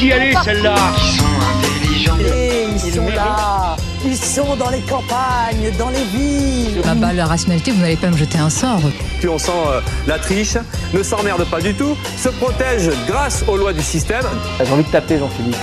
y aller, celle-là. Ils sont intelligents. Et ils sont là. Ils sont dans les campagnes, dans les villes. La rationalité, vous n'allez pas me jeter un sort. Puis on sent la triche, ne s'emmerde pas du tout, se protège grâce aux lois du système. J'ai envie de taper Jean-Philippe.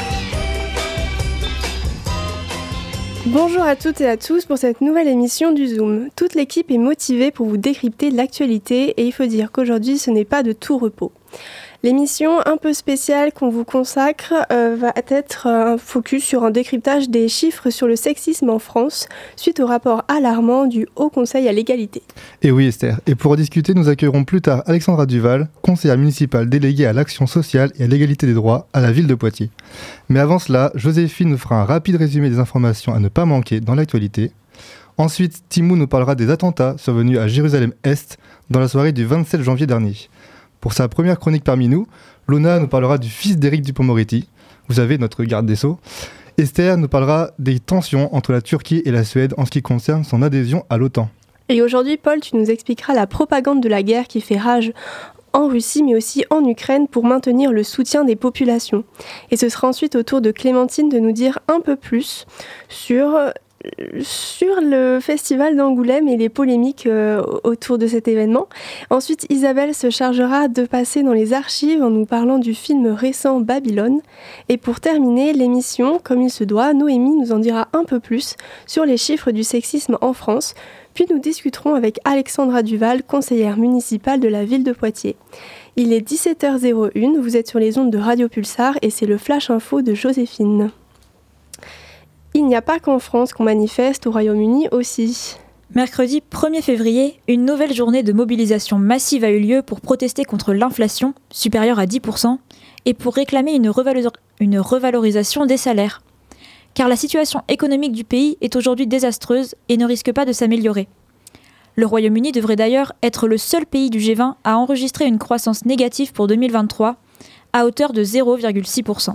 Bonjour à toutes et à tous pour cette nouvelle émission du Zoom. Toute l'équipe est motivée pour vous décrypter l'actualité et il faut dire qu'aujourd'hui ce n'est pas de tout repos. L'émission un peu spéciale qu'on vous consacre va être un focus sur un décryptage des chiffres sur le sexisme en France suite au rapport alarmant du Haut Conseil à l'égalité. Et oui Esther, et pour en discuter, nous accueillerons plus tard Alexandra Duval, conseillère municipale déléguée à l'action sociale et à l'égalité des droits à la ville de Poitiers. Mais avant cela, Joséphine nous fera un rapide résumé des informations à ne pas manquer dans l'actualité. Ensuite, Timou nous parlera des attentats survenus à Jérusalem-Est dans la soirée du 27 janvier dernier. Pour sa première chronique parmi nous, Lona nous parlera du fils d'Éric Dupond-Moretti, vous savez, notre garde des Sceaux. Esther nous parlera des tensions entre la Turquie et la Suède en ce qui concerne son adhésion à l'OTAN. Et aujourd'hui, Paul, tu nous expliqueras la propagande de la guerre qui fait rage en Russie, mais aussi en Ukraine pour maintenir le soutien des populations. Et ce sera ensuite au tour de Clémentine de nous dire un peu plus sur le festival d'Angoulême et les polémiques autour de cet événement. Ensuite, Isabelle se chargera de passer dans les archives en nous parlant du film récent Babylone. Et pour terminer l'émission, comme il se doit, Noémie nous en dira un peu plus sur les chiffres du sexisme en France. Puis nous discuterons avec Alexandra Duval, conseillère municipale de la ville de Poitiers. Il est 17h01, vous êtes sur les ondes de Radio Pulsar et c'est le Flash Info de Joséphine. Il n'y a pas qu'en France qu'on manifeste, au Royaume-Uni aussi. Mercredi 1er février, une nouvelle journée de mobilisation massive a eu lieu pour protester contre l'inflation, supérieure à 10%, et pour réclamer une revalorisation des salaires. Car la situation économique du pays est aujourd'hui désastreuse et ne risque pas de s'améliorer. Le Royaume-Uni devrait d'ailleurs être le seul pays du G20 à enregistrer une croissance négative pour 2023, à hauteur de 0,6%.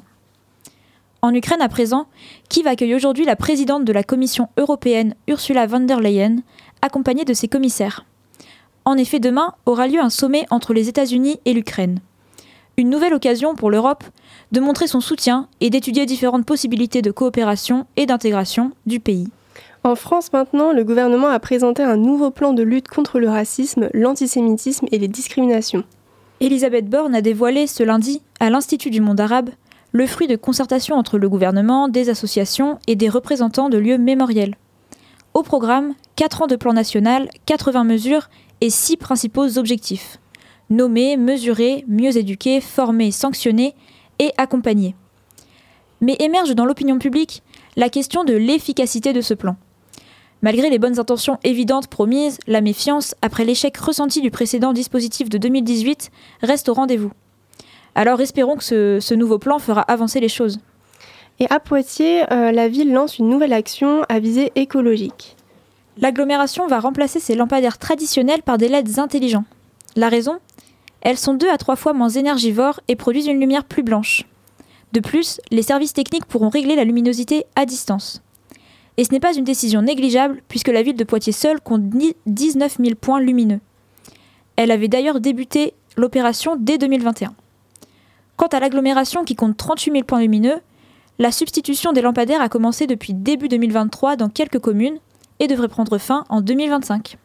En Ukraine à présent, Kiev accueille aujourd'hui la présidente de la Commission européenne Ursula von der Leyen, accompagnée de ses commissaires. En effet, demain aura lieu un sommet entre les États-Unis et l'Ukraine. Une nouvelle occasion pour l'Europe de montrer son soutien et d'étudier différentes possibilités de coopération et d'intégration du pays. En France maintenant, le gouvernement a présenté un nouveau plan de lutte contre le racisme, l'antisémitisme et les discriminations. Elisabeth Borne a dévoilé ce lundi, à l'Institut du monde arabe, le fruit de concertations entre le gouvernement, des associations et des représentants de lieux mémoriels. Au programme, 4 ans de plan national, 80 mesures et 6 principaux objectifs. Nommer, mesurer, mieux éduquer, former, sanctionner et accompagner. Mais émerge dans l'opinion publique la question de l'efficacité de ce plan. Malgré les bonnes intentions évidentes promises, la méfiance, après l'échec ressenti du précédent dispositif de 2018, reste au rendez-vous. Alors espérons que ce nouveau plan fera avancer les choses. Et à Poitiers, la ville lance une nouvelle action à visée écologique. L'agglomération va remplacer ses lampadaires traditionnels par des LED intelligents. La raison ? Elles sont 2 à 3 fois moins énergivores et produisent une lumière plus blanche. De plus, les services techniques pourront régler la luminosité à distance. Et ce n'est pas une décision négligeable puisque la ville de Poitiers seule compte 19 000 points lumineux. Elle avait d'ailleurs débuté l'opération dès 2021. Quant à l'agglomération qui compte 38 000 points lumineux, la substitution des lampadaires a commencé depuis début 2023 dans quelques communes et devrait prendre fin en 2025.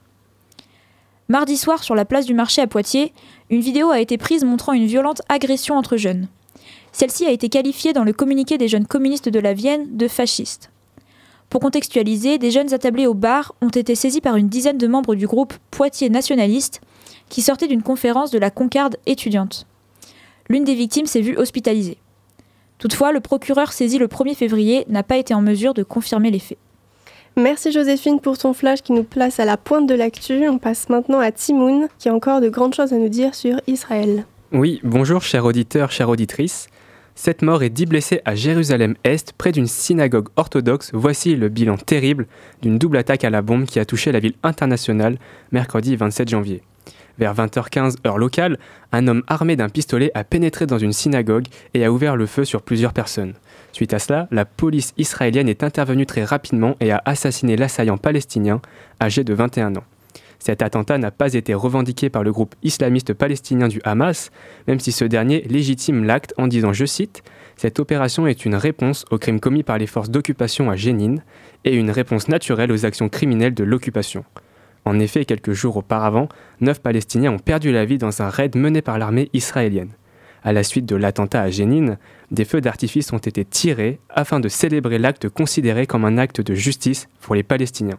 Mardi soir, sur la place du marché à Poitiers, une vidéo a été prise montrant une violente agression entre jeunes. Celle-ci a été qualifiée dans le communiqué des jeunes communistes de la Vienne de fascistes. Pour contextualiser, des jeunes attablés au bar ont été saisis par une dizaine de membres du groupe Poitiers nationaliste qui sortaient d'une conférence de la Concarde étudiante. L'une des victimes s'est vue hospitalisée. Toutefois, le procureur saisi le 1er février n'a pas été en mesure de confirmer les faits. Merci Joséphine pour ton flash qui nous place à la pointe de l'actu. On passe maintenant à Timoun qui a encore de grandes choses à nous dire sur Israël. Oui, bonjour chers auditeurs, chères auditrices. 7 morts et 10 blessés à Jérusalem-Est, près d'une synagogue orthodoxe. Voici le bilan terrible d'une double attaque à la bombe qui a touché la ville internationale mercredi 27 janvier. Vers 20h15 heure locale, un homme armé d'un pistolet a pénétré dans une synagogue et a ouvert le feu sur plusieurs personnes. Suite à cela, la police israélienne est intervenue très rapidement et a assassiné l'assaillant palestinien âgé de 21 ans. Cet attentat n'a pas été revendiqué par le groupe islamiste palestinien du Hamas, même si ce dernier légitime l'acte en disant, je cite, « Cette opération est une réponse aux crimes commis par les forces d'occupation à Jénine et une réponse naturelle aux actions criminelles de l'occupation. » En effet, quelques jours auparavant, 9 Palestiniens ont perdu la vie dans un raid mené par l'armée israélienne. À la suite de l'attentat à Jénine, des feux d'artifice ont été tirés afin de célébrer l'acte considéré comme un acte de justice pour les Palestiniens.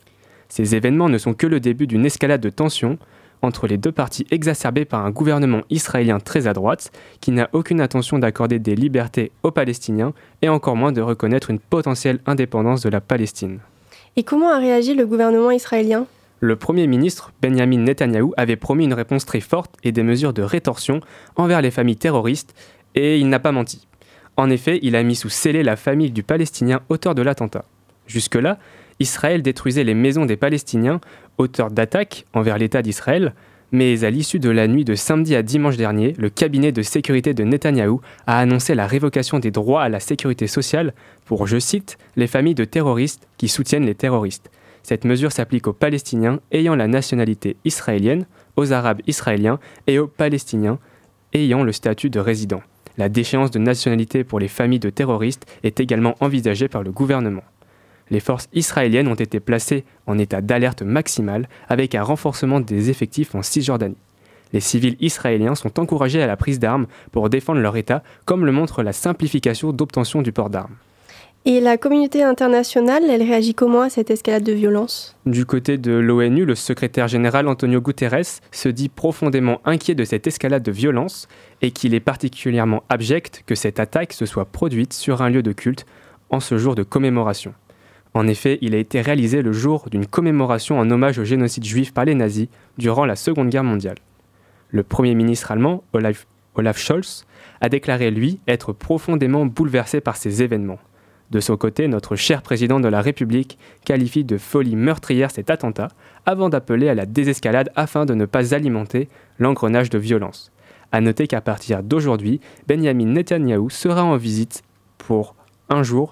Ces événements ne sont que le début d'une escalade de tensions entre les deux parties exacerbée par un gouvernement israélien très à droite qui n'a aucune intention d'accorder des libertés aux Palestiniens et encore moins de reconnaître une potentielle indépendance de la Palestine. Et comment a réagi le gouvernement israélien ? Le Premier ministre, Benjamin Netanyahou, avait promis une réponse très forte et des mesures de rétorsion envers les familles terroristes, et il n'a pas menti. En effet, il a mis sous scellé la famille du Palestinien auteur de l'attentat. Jusque-là, Israël détruisait les maisons des Palestiniens, auteurs d'attaques envers l'État d'Israël, mais à l'issue de la nuit de samedi à dimanche dernier, le cabinet de sécurité de Netanyahou a annoncé la révocation des droits à la sécurité sociale pour, je cite, « les familles de terroristes qui soutiennent les terroristes ». Cette mesure s'applique aux Palestiniens ayant la nationalité israélienne, aux Arabes israéliens et aux Palestiniens ayant le statut de résident. La déchéance de nationalité pour les familles de terroristes est également envisagée par le gouvernement. Les forces israéliennes ont été placées en état d'alerte maximale avec un renforcement des effectifs en Cisjordanie. Les civils israéliens sont encouragés à la prise d'armes pour défendre leur État, comme le montre la simplification d'obtention du port d'armes. Et la communauté internationale, elle réagit comment à cette escalade de violence ? Du côté de l'ONU, le secrétaire général Antonio Guterres se dit profondément inquiet de cette escalade de violence et qu'il est particulièrement abject que cette attaque se soit produite sur un lieu de culte en ce jour de commémoration. En effet, il a été réalisé le jour d'une commémoration en hommage au génocide juif par les nazis durant la Seconde Guerre mondiale. Le Premier ministre allemand, Olaf Scholz, a déclaré, lui, être profondément bouleversé par ces événements. De son côté, notre cher président de la République qualifie de folie meurtrière cet attentat avant d'appeler à la désescalade afin de ne pas alimenter l'engrenage de violence. A noter qu'à partir d'aujourd'hui, Benjamin Netanyahou sera en visite pour 3 jours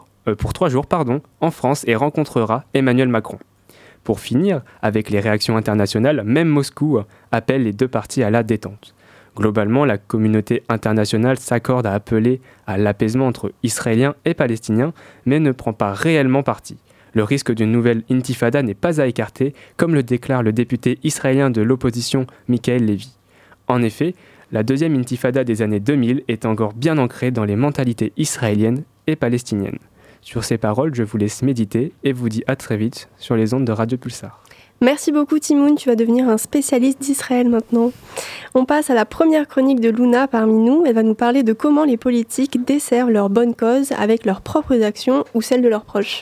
en France et rencontrera Emmanuel Macron. Pour finir, avec les réactions internationales, même Moscou appelle les deux parties à la détente. Globalement, la communauté internationale s'accorde à appeler à l'apaisement entre Israéliens et Palestiniens, mais ne prend pas réellement parti. Le risque d'une nouvelle intifada n'est pas à écarter, comme le déclare le député israélien de l'opposition Michael Levy. En effet, la deuxième intifada des années 2000 est encore bien ancrée dans les mentalités israéliennes et palestiniennes. Sur ces paroles, je vous laisse méditer et vous dis à très vite sur les ondes de Radio Pulsar. Merci beaucoup Timoun, tu vas devenir un spécialiste d'Israël maintenant. On passe à la première chronique de Luna parmi nous. Elle va nous parler de comment les politiques desservent leur bonne cause avec leurs propres actions ou celles de leurs proches.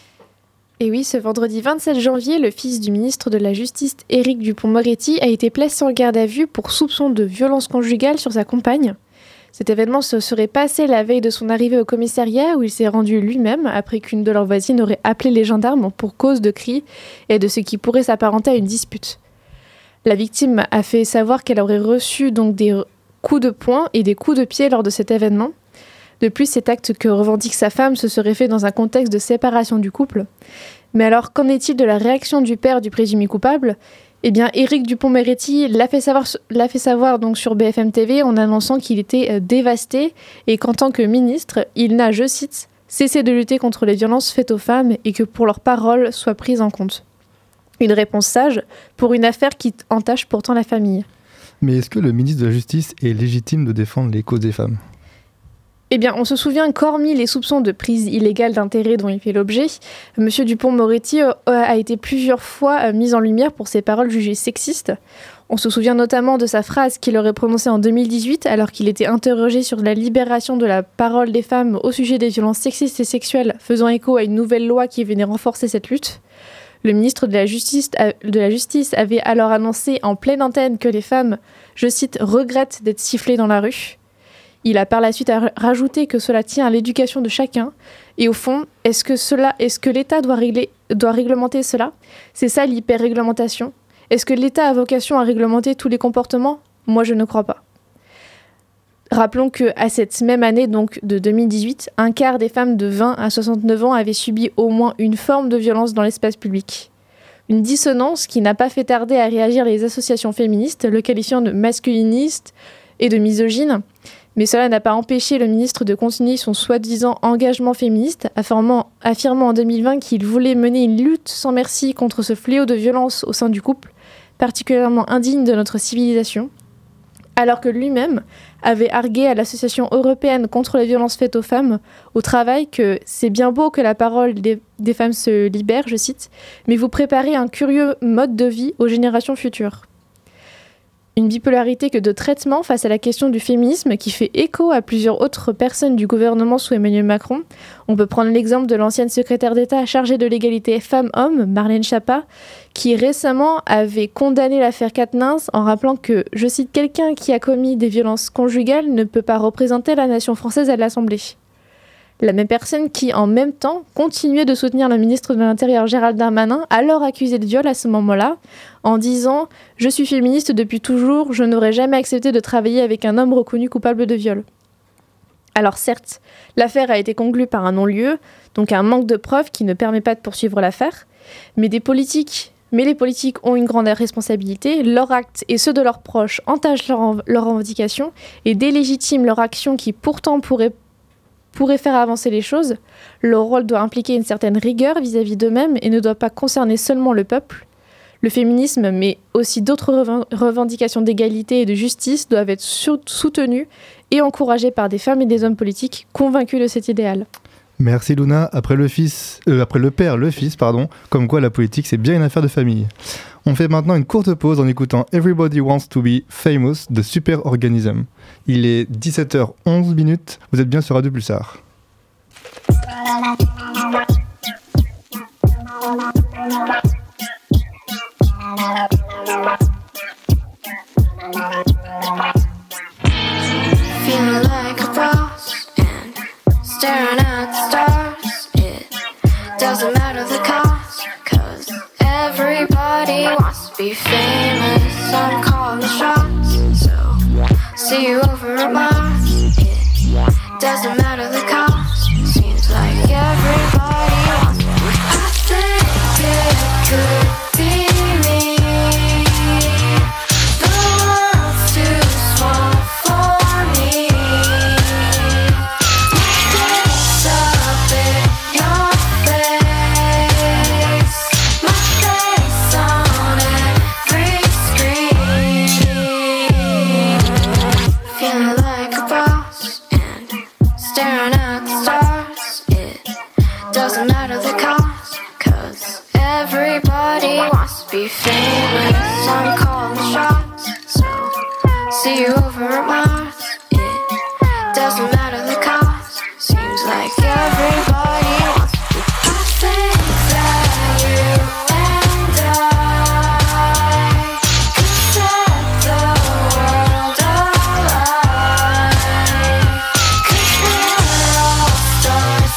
Et oui, ce vendredi 27 janvier, le fils du ministre de la Justice, Éric Dupond-Moretti, a été placé en garde à vue pour soupçon de violence conjugale sur sa compagne. Cet événement se serait passé la veille de son arrivée au commissariat où il s'est rendu lui-même après qu'une de leurs voisines aurait appelé les gendarmes pour cause de cris et de ce qui pourrait s'apparenter à une dispute. La victime a fait savoir qu'elle aurait reçu donc des coups de poing et des coups de pied lors de cet événement. De plus, cet acte que revendique sa femme se serait fait dans un contexte de séparation du couple. Mais alors, qu'en est-il de la réaction du père du présumé coupable ? Eh bien, Éric Dupond-Moretti l'a fait savoir donc sur BFM TV en annonçant qu'il était dévasté et qu'en tant que ministre, il n'a, je cite, cessé de lutter contre les violences faites aux femmes et que pour leurs paroles soient prises en compte. Une réponse sage pour une affaire qui entache pourtant la famille. Mais est-ce que le ministre de la Justice est légitime de défendre les causes des femmes ? Eh bien, on se souvient qu'hormis les soupçons de prise illégale d'intérêt dont il fait l'objet, M. Dupond-Moretti a été plusieurs fois mis en lumière pour ses paroles jugées sexistes. On se souvient notamment de sa phrase qu'il aurait prononcée en 2018 alors qu'il était interrogé sur la libération de la parole des femmes au sujet des violences sexistes et sexuelles, faisant écho à une nouvelle loi qui venait renforcer cette lutte. Le ministre de la Justice avait alors annoncé en pleine antenne que les femmes, je cite, « regrettent d'être sifflées dans la rue ». Il a par la suite rajouté que cela tient à l'éducation de chacun. Et au fond, est-ce que l'État doit réglementer cela ? C'est ça l'hyper-réglementation ? Est-ce que l'État a vocation à réglementer tous les comportements ? Moi, je ne crois pas. Rappelons qu'à cette même année, donc de 2018, un quart des femmes de 20 à 69 ans avaient subi au moins une forme de violence dans l'espace public. Une dissonance qui n'a pas fait tarder à réagir les associations féministes, le qualifiant de masculiniste et de misogyne. Mais cela n'a pas empêché le ministre de continuer son soi-disant engagement féministe, affirmant en 2020 qu'il voulait mener une lutte sans merci contre ce fléau de violence au sein du couple, particulièrement indigne de notre civilisation, alors que lui-même avait argué à l'Association européenne contre les violences faites aux femmes au travail que c'est bien beau que la parole des femmes se libère, je cite, mais vous préparez un curieux mode de vie aux générations futures. Une bipolarité que de traitement face à la question du féminisme qui fait écho à plusieurs autres personnes du gouvernement sous Emmanuel Macron. On peut prendre l'exemple de l'ancienne secrétaire d'État chargée de l'égalité femmes-hommes, Marlène Schiappa, qui récemment avait condamné l'affaire Quatennens en rappelant que, je cite, « quelqu'un qui a commis des violences conjugales ne peut pas représenter la nation française à l'Assemblée ». La même personne qui, en même temps, continuait de soutenir le ministre de l'Intérieur Gérald Darmanin, alors accusé de viol à ce moment-là, en disant « Je suis féministe depuis toujours, je n'aurais jamais accepté de travailler avec un homme reconnu coupable de viol ». Alors certes, l'affaire a été conclue par un non-lieu, donc un manque de preuves qui ne permet pas de poursuivre l'affaire, mais les politiques ont une grande responsabilité, leurs actes et ceux de leurs proches entachent leurs revendications et délégitiment leur action qui pourtant pourrait faire avancer les choses. Leur rôle doit impliquer une certaine rigueur vis-à-vis d'eux-mêmes et ne doit pas concerner seulement le peuple. Le féminisme, mais aussi d'autres revendications d'égalité et de justice doivent être soutenues et encouragées par des femmes et des hommes politiques convaincus de cet idéal. Merci Luna. Après le père, le fils, comme quoi la politique c'est bien une affaire de famille. On fait maintenant une courte pause en écoutant Everybody Wants to Be Famous de Superorganism. Il est 17h11, vous êtes bien sur Radio Pulsar. Feeling like a boss and staring at the stars. It doesn't matter the cost, 'cause everybody wants to be famous. I'm calling the shots, so see you over at Mars. It doesn't matter the cost, seems like everybody wants to be. I think it could be me. The world's too small for me. It's up in your face, my face on every screen. Feeling like a boss and staring at the stars. It doesn't matter the cost, 'cause everybody wants to be famous. I'm calling the shots, so see you over at Mars. It doesn't matter the cost, seems like everybody wants to be. I think that you and I could set the world alight. 'Cause we're all stars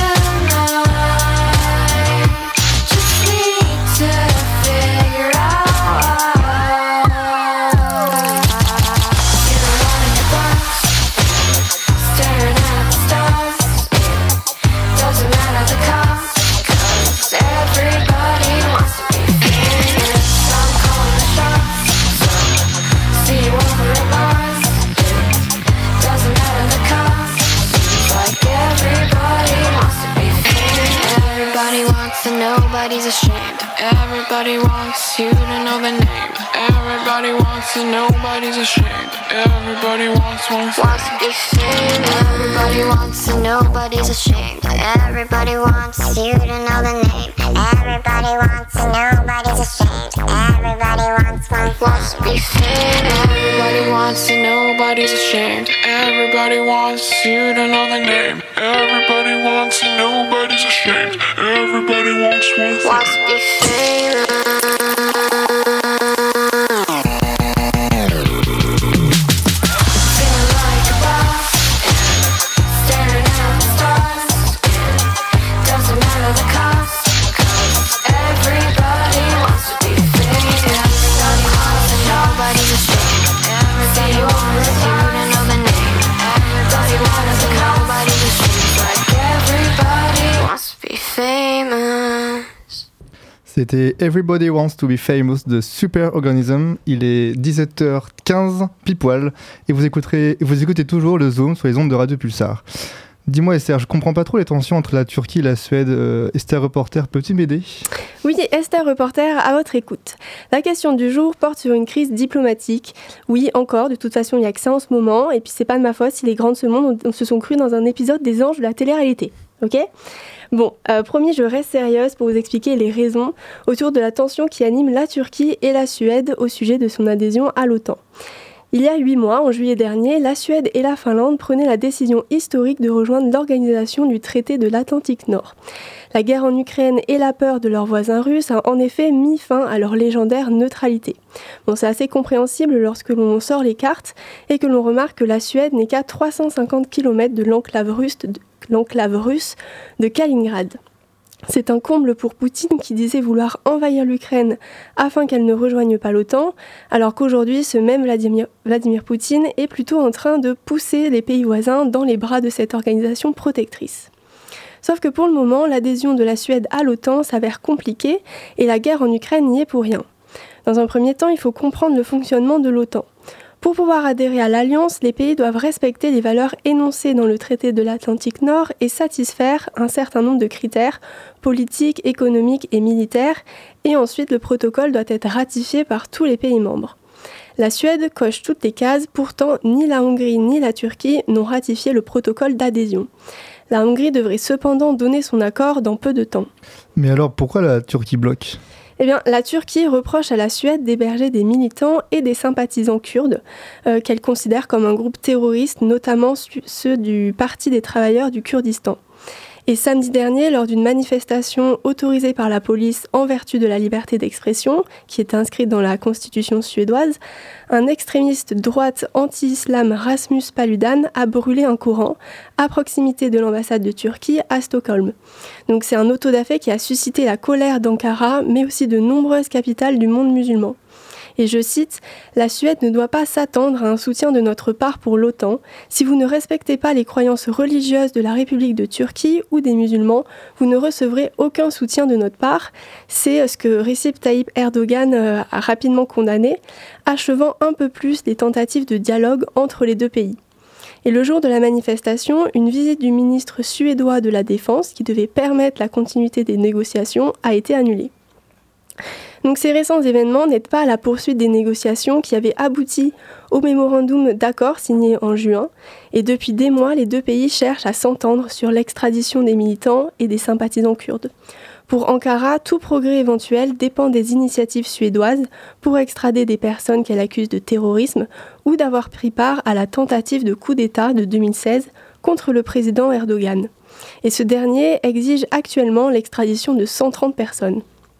tonight. Just need to figure out why. You're running your bus, staring at the stars. It doesn't matter the cost, 'cause everybody wants to be famous. I'm calling the shots, so see you over at Mars. It doesn't matter the cost, seems like everybody wants to be famous. Everybody wants to, nobody's ashamed. Everybody wants you to know the name. Everybody wants to, nobody's ashamed. Everybody wants to be famous. Everybody wants to, nobody's ashamed. Everybody wants you to know the name. Everybody wants to, nobody's ashamed. Everybody wants to be famous. Everybody wants to, nobody's ashamed. Everybody wants you to know the name. Everybody wants to, nobody's ashamed. Everybody wants to be famous. Feeling like a boss, staring at the stars. Doesn't matter the cost, 'cause everybody wants to be famous. Everybody wants to, nobody's ashamed. Everybody wants you to know the name. Everybody wants to, nobody's ashamed. Like everybody wants to be famous. C'était Everybody Wants to be Famous de Superorganism. Il est 17h15 pile poil et vous écoutez toujours le Zoom sur les ondes de Radio Pulsar. Dis-moi Esther, je comprends pas trop les tensions entre la Turquie et la Suède. Esther Reporter, peux-tu m'aider ? Oui, Esther Reporter, à votre écoute. La question du jour porte sur une crise diplomatique. Oui, encore, de toute façon, il n'y a que ça en ce moment. Et puis, c'est pas de ma faute si les grands de ce monde se sont crus dans un épisode des Anges de la télé-réalité. Ok ? Bon, promis, je reste sérieuse pour vous expliquer les raisons autour de la tension qui anime la Turquie et la Suède au sujet de son adhésion à l'OTAN. Il y a 8 mois, en juillet dernier, la Suède et la Finlande prenaient la décision historique de rejoindre l'organisation du traité de l'Atlantique Nord. La guerre en Ukraine et la peur de leurs voisins russes a en effet mis fin à leur légendaire neutralité. Bon, c'est assez compréhensible lorsque l'on sort les cartes et que l'on remarque que la Suède n'est qu'à 350 km de l'enclave russe de Kaliningrad. C'est un comble pour Poutine qui disait vouloir envahir l'Ukraine afin qu'elle ne rejoigne pas l'OTAN, alors qu'aujourd'hui, ce même Vladimir Poutine est plutôt en train de pousser les pays voisins dans les bras de cette organisation protectrice. Sauf que pour le moment, l'adhésion de la Suède à l'OTAN s'avère compliquée et la guerre en Ukraine n'y est pour rien. Dans un premier temps, il faut comprendre le fonctionnement de l'OTAN. Pour pouvoir adhérer à l'Alliance, les pays doivent respecter les valeurs énoncées dans le traité de l'Atlantique Nord et satisfaire un certain nombre de critères politiques, économiques et militaires, et ensuite le protocole doit être ratifié par tous les pays membres. La Suède coche toutes les cases, pourtant ni la Hongrie ni la Turquie n'ont ratifié le protocole d'adhésion. La Hongrie devrait cependant donner son accord dans peu de temps. Mais alors pourquoi la Turquie bloque ? Eh bien, la Turquie reproche à la Suède d'héberger des militants et des sympathisants kurdes qu'elle considère comme un groupe terroriste, notamment ceux du Parti des travailleurs du Kurdistan. Et samedi dernier, lors d'une manifestation autorisée par la police en vertu de la liberté d'expression, qui est inscrite dans la constitution suédoise, un extrémiste de droite anti-islam, Rasmus Paludan, a brûlé un Coran à proximité de l'ambassade de Turquie à Stockholm. Donc c'est un auto-da-fé qui a suscité la colère d'Ankara, mais aussi de nombreuses capitales du monde musulman. Et je cite, « La Suède ne doit pas s'attendre à un soutien de notre part pour l'OTAN. Si vous ne respectez pas les croyances religieuses de la République de Turquie ou des musulmans, vous ne recevrez aucun soutien de notre part. » C'est ce que Recep Tayyip Erdogan a rapidement condamné, achevant un peu plus les tentatives de dialogue entre les deux pays. Et le jour de la manifestation, une visite du ministre suédois de la Défense, qui devait permettre la continuité des négociations, a été annulée. Donc ces récents événements n'aident pas à la poursuite des négociations qui avaient abouti au mémorandum d'accord signé en juin. Et depuis des mois, les deux pays cherchent à s'entendre sur l'extradition des militants et des sympathisants kurdes. Pour Ankara, tout progrès éventuel dépend des initiatives suédoises pour extrader des personnes qu'elle accuse de terrorisme ou d'avoir pris part à la tentative de coup d'État de 2016 contre le président Erdogan. Et ce dernier exige actuellement l'extradition de 130 personnes.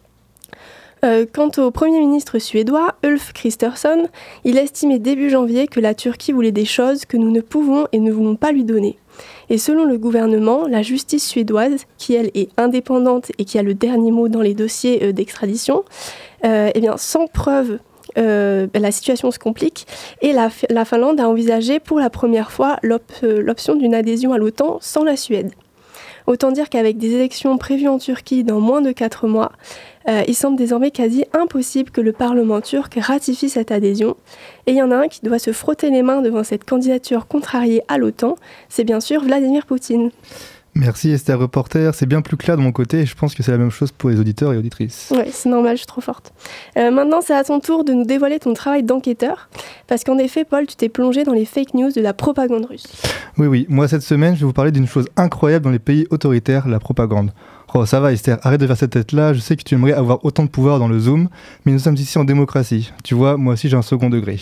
Quant au Premier ministre suédois, Ulf Kristersson, il estimait début janvier que la Turquie voulait des choses que nous ne pouvons et ne voulons pas lui donner. Et selon le gouvernement, la justice suédoise, qui elle est indépendante et qui a le dernier mot dans les dossiers d'extradition, eh bien, sans preuve, la situation se complique et la Finlande a envisagé pour la première fois l'option d'une adhésion à l'OTAN sans la Suède. Autant dire qu'avec des élections prévues en Turquie dans moins de 4 mois, il semble désormais quasi impossible que le Parlement turc ratifie cette adhésion. Et il y en a un qui doit se frotter les mains devant cette candidature contrariée à l'OTAN, c'est bien sûr Vladimir Poutine. Merci Esther Reporter, c'est bien plus clair de mon côté et je pense que c'est la même chose pour les auditeurs et auditrices. Oui, c'est normal, je suis trop forte. Maintenant, c'est à ton tour de nous dévoiler ton travail d'enquêteur, parce qu'en effet, Paul, tu t'es plongé dans les fake news de la propagande russe. Oui, moi cette semaine, je vais vous parler d'une chose incroyable dans les pays autoritaires, la propagande. Oh, ça va Esther, arrête de faire cette tête-là, je sais que tu aimerais avoir autant de pouvoir dans le Zoom, mais nous sommes ici en démocratie. Tu vois, moi aussi j'ai un second degré.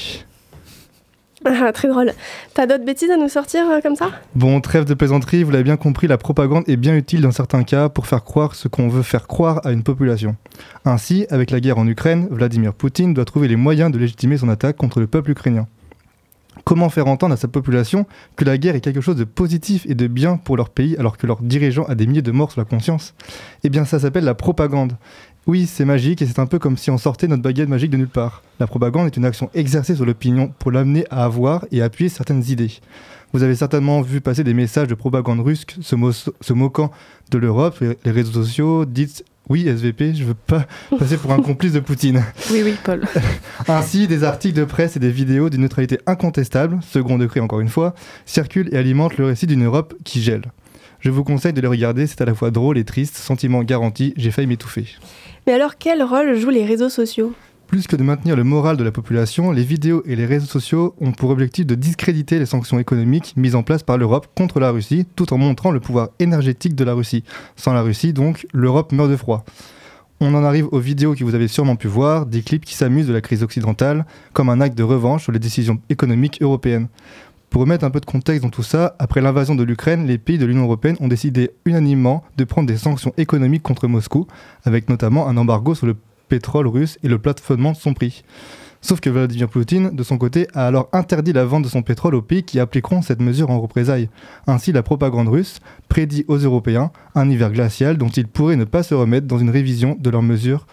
Ah, très drôle. T'as d'autres bêtises à nous sortir comme ça ? Bon, trêve de plaisanterie, vous l'avez bien compris, la propagande est bien utile dans certains cas pour faire croire ce qu'on veut faire croire à une population. Ainsi, avec la guerre en Ukraine, Vladimir Poutine doit trouver les moyens de légitimer son attaque contre le peuple ukrainien. Comment faire entendre à sa population que la guerre est quelque chose de positif et de bien pour leur pays alors que leur dirigeant a des milliers de morts sur la conscience ? Eh bien ça s'appelle la propagande. Oui, c'est magique et c'est un peu comme si on sortait notre baguette magique de nulle part. La propagande est une action exercée sur l'opinion pour l'amener à avoir et appuyer certaines idées. Vous avez certainement vu passer des messages de propagande russe se moquant de l'Europe, les réseaux sociaux, dites Oui, SVP, je veux pas passer pour un complice de Poutine. Oui, Paul. Ainsi, des articles de presse et des vidéos d'une neutralité incontestable, second degré encore une fois, circulent et alimentent le récit d'une Europe qui gèle. Je vous conseille de les regarder, c'est à la fois drôle et triste, sentiment garanti, j'ai failli m'étouffer. Mais alors, quel rôle jouent les réseaux sociaux ? Plus que de maintenir le moral de la population, les vidéos et les réseaux sociaux ont pour objectif de discréditer les sanctions économiques mises en place par l'Europe contre la Russie, tout en montrant le pouvoir énergétique de la Russie. Sans la Russie, donc, l'Europe meurt de froid. On en arrive aux vidéos que vous avez sûrement pu voir, des clips qui s'amusent de la crise occidentale, comme un acte de revanche sur les décisions économiques européennes. Pour remettre un peu de contexte dans tout ça, après l'invasion de l'Ukraine, les pays de l'Union européenne ont décidé unanimement de prendre des sanctions économiques contre Moscou, avec notamment un embargo sur le pétrole russe et le plafonnement de son prix. Sauf que Vladimir Poutine, de son côté, a alors interdit la vente de son pétrole aux pays qui appliqueront cette mesure en représailles. Ainsi, la propagande russe prédit aux Européens un hiver glacial dont ils pourraient ne pas se remettre sans une révision de leurs mesures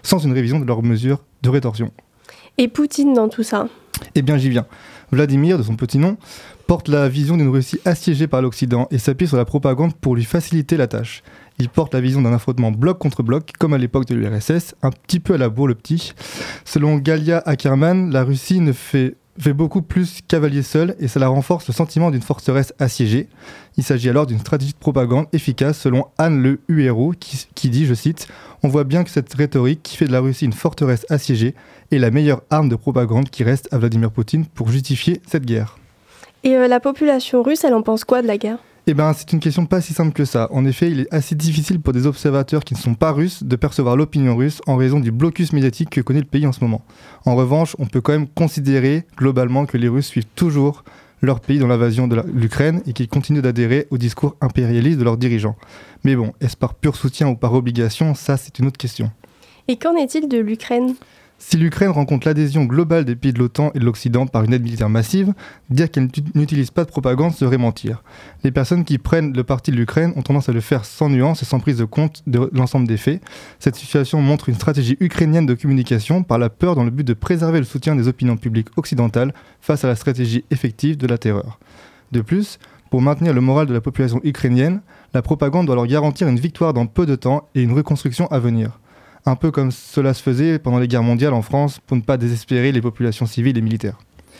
de rétorsion. Et Poutine dans tout ça ? Eh bien, j'y viens. Vladimir, de son petit nom, porte la vision d'une Russie assiégée par l'Occident et s'appuie sur la propagande pour lui faciliter la tâche. Il porte la vision d'un affrontement bloc contre bloc, comme à l'époque de l'URSS, un petit peu à la Bourg le Petit. Selon Galia Ackerman, la Russie ne fait beaucoup plus cavalier seul et cela renforce le sentiment d'une forteresse assiégée. Il s'agit alors d'une stratégie de propagande efficace selon Anne Le Huéro qui dit, je cite, « On voit bien que cette rhétorique qui fait de la Russie une forteresse assiégée est la meilleure arme de propagande qui reste à Vladimir Poutine pour justifier cette guerre. » Et la population russe, elle en pense quoi de la guerre ? Eh bien, c'est une question pas si simple que ça. En effet, il est assez difficile pour des observateurs qui ne sont pas russes de percevoir l'opinion russe en raison du blocus médiatique que connaît le pays en ce moment. En revanche, on peut quand même considérer globalement que les Russes suivent toujours leur pays dans l'invasion de l'Ukraine et qu'ils continuent d'adhérer au discours impérialiste de leurs dirigeants. Mais bon, est-ce par pur soutien ou par obligation ? Ça, c'est une autre question. Et qu'en est-il de l'Ukraine ? Si l'Ukraine rencontre l'adhésion globale des pays de l'OTAN et de l'Occident par une aide militaire massive, dire qu'elle n'utilise pas de propagande serait mentir. Les personnes qui prennent le parti de l'Ukraine ont tendance à le faire sans nuance et sans prise de compte de l'ensemble des faits. Cette situation montre une stratégie ukrainienne de communication par la peur dans le but de préserver le soutien des opinions publiques occidentales face à la stratégie effective de la terreur. De plus, pour maintenir le moral de la population ukrainienne, la propagande doit leur garantir une victoire dans peu de temps et une reconstruction à venir. Un peu comme cela se faisait pendant les guerres mondiales en France pour ne pas désespérer les populations civiles et militaires.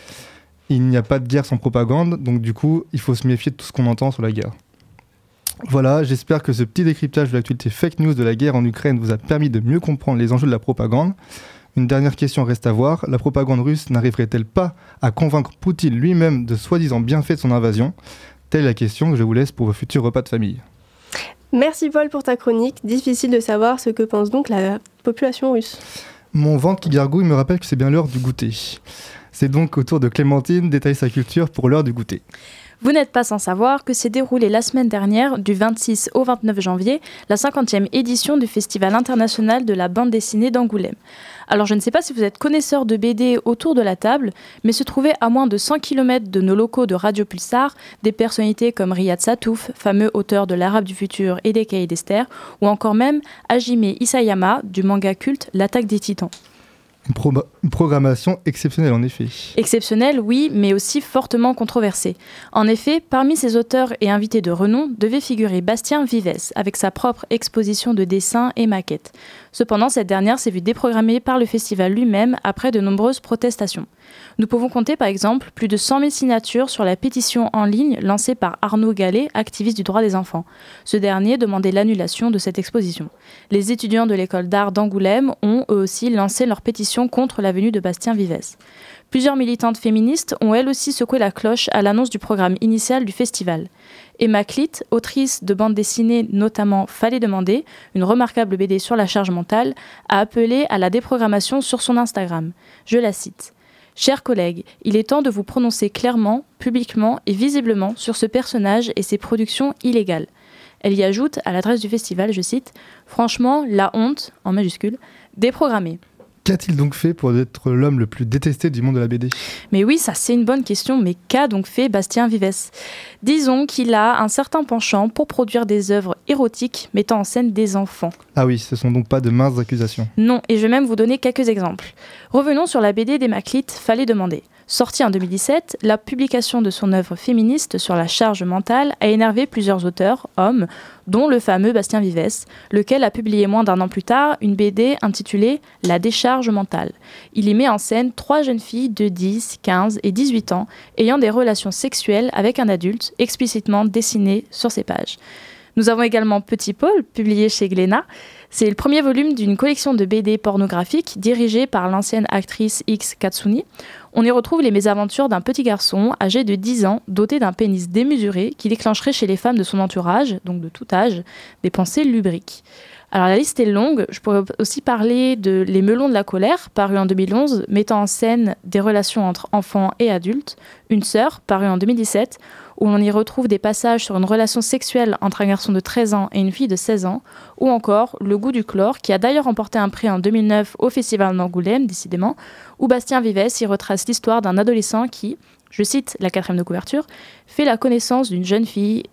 Il n'y a pas de guerre sans propagande, donc du coup, il faut se méfier de tout ce qu'on entend sur la guerre. Voilà, j'espère que ce petit décryptage de l'actualité fake news de la guerre en Ukraine vous a permis de mieux comprendre les enjeux de la propagande. Une dernière question reste à voir, la propagande russe n'arriverait-elle pas à convaincre Poutine lui-même de soi-disant bienfaits de son invasion ? Telle est la question que je vous laisse pour vos futurs repas de famille. Merci Paul pour ta chronique. Difficile de savoir ce que pense donc la population russe. Mon ventre qui gargouille me rappelle que c'est bien l'heure du goûter. C'est donc au tour de Clémentine d'étayer sa culture pour l'heure du goûter. Vous n'êtes pas sans savoir que s'est déroulée la semaine dernière, du 26 au 29 janvier, la 50e édition du Festival international de la bande dessinée d'Angoulême. Alors je ne sais pas si vous êtes connaisseurs de BD autour de la table, mais se trouvaient à moins de 100 km de nos locaux de Radio Pulsar des personnalités comme Riyad Satouf, fameux auteur de L'Arabe du futur et des Cahiers d'Esther, ou encore même Hajime Isayama du manga culte L'Attaque des Titans. Une programmation exceptionnelle en effet. Exceptionnelle, oui, mais aussi fortement controversée. En effet, parmi ces auteurs et invités de renom devait figurer Bastien Vives, avec sa propre exposition de dessins et maquettes. Cependant, cette dernière s'est vue déprogrammée par le festival lui-même après de nombreuses protestations. Nous pouvons compter par exemple plus de 100 000 signatures sur la pétition en ligne lancée par Arnaud Gallet, activiste du droit des enfants. Ce dernier demandait l'annulation de cette exposition. Les étudiants de l'école d'art d'Angoulême ont eux aussi lancé leur pétition contre la venue de Bastien Vives. Plusieurs militantes féministes ont elles aussi secoué la cloche à l'annonce du programme initial du festival. Emma Clit, autrice de bande dessinée notamment Fallait demander, une remarquable BD sur la charge mentale, a appelé à la déprogrammation sur son Instagram. Je la cite. « Chers collègues, il est temps de vous prononcer clairement, publiquement et visiblement sur ce personnage et ses productions illégales. » Elle y ajoute, à l'adresse du festival, je cite, « Franchement, la honte, en majuscule, déprogrammée. » Qu'a-t-il donc fait pour être l'homme le plus détesté du monde de la BD ? Mais oui, ça c'est une bonne question, mais qu'a donc fait Bastien Vives ? Disons qu'il a un certain penchant pour produire des œuvres érotiques mettant en scène des enfants. Ah oui, ce sont donc pas de minces accusations. Non, et je vais même vous donner quelques exemples. Revenons sur la BD d'Emma Clit, Fallait demander. Sortie en 2017, la publication de son œuvre féministe sur la charge mentale a énervé plusieurs auteurs, hommes, dont le fameux Bastien Vivès, lequel a publié moins d'1 an plus tard une BD intitulée « La décharge mentale ». Il y met en scène 3 jeunes filles de 10, 15 et 18 ans ayant des relations sexuelles avec un adulte, explicitement dessinées sur ces pages. Nous avons également Petit Paul, publié chez Glénat. C'est le premier volume d'une collection de BD pornographiques dirigée par l'ancienne actrice X Katsuni. On y retrouve les mésaventures d'un petit garçon âgé de 10 ans, doté d'un pénis démesuré qui déclencherait chez les femmes de son entourage, donc de tout âge, des pensées lubriques. Alors la liste est longue, je pourrais aussi parler de Les Melons de la colère, paru en 2011, mettant en scène des relations entre enfants et adultes, Une sœur, paru en 2017, où l'on y retrouve des passages sur une relation sexuelle entre un garçon de 13 ans et une fille de 16 ans, ou encore Le goût du chlore, qui a d'ailleurs remporté un prix en 2009 au Festival d'Angoulême, décidément, où Bastien Vivès y retrace l'histoire d'un adolescent qui, je cite la 4e de couverture, fait la connaissance d'une jeune fille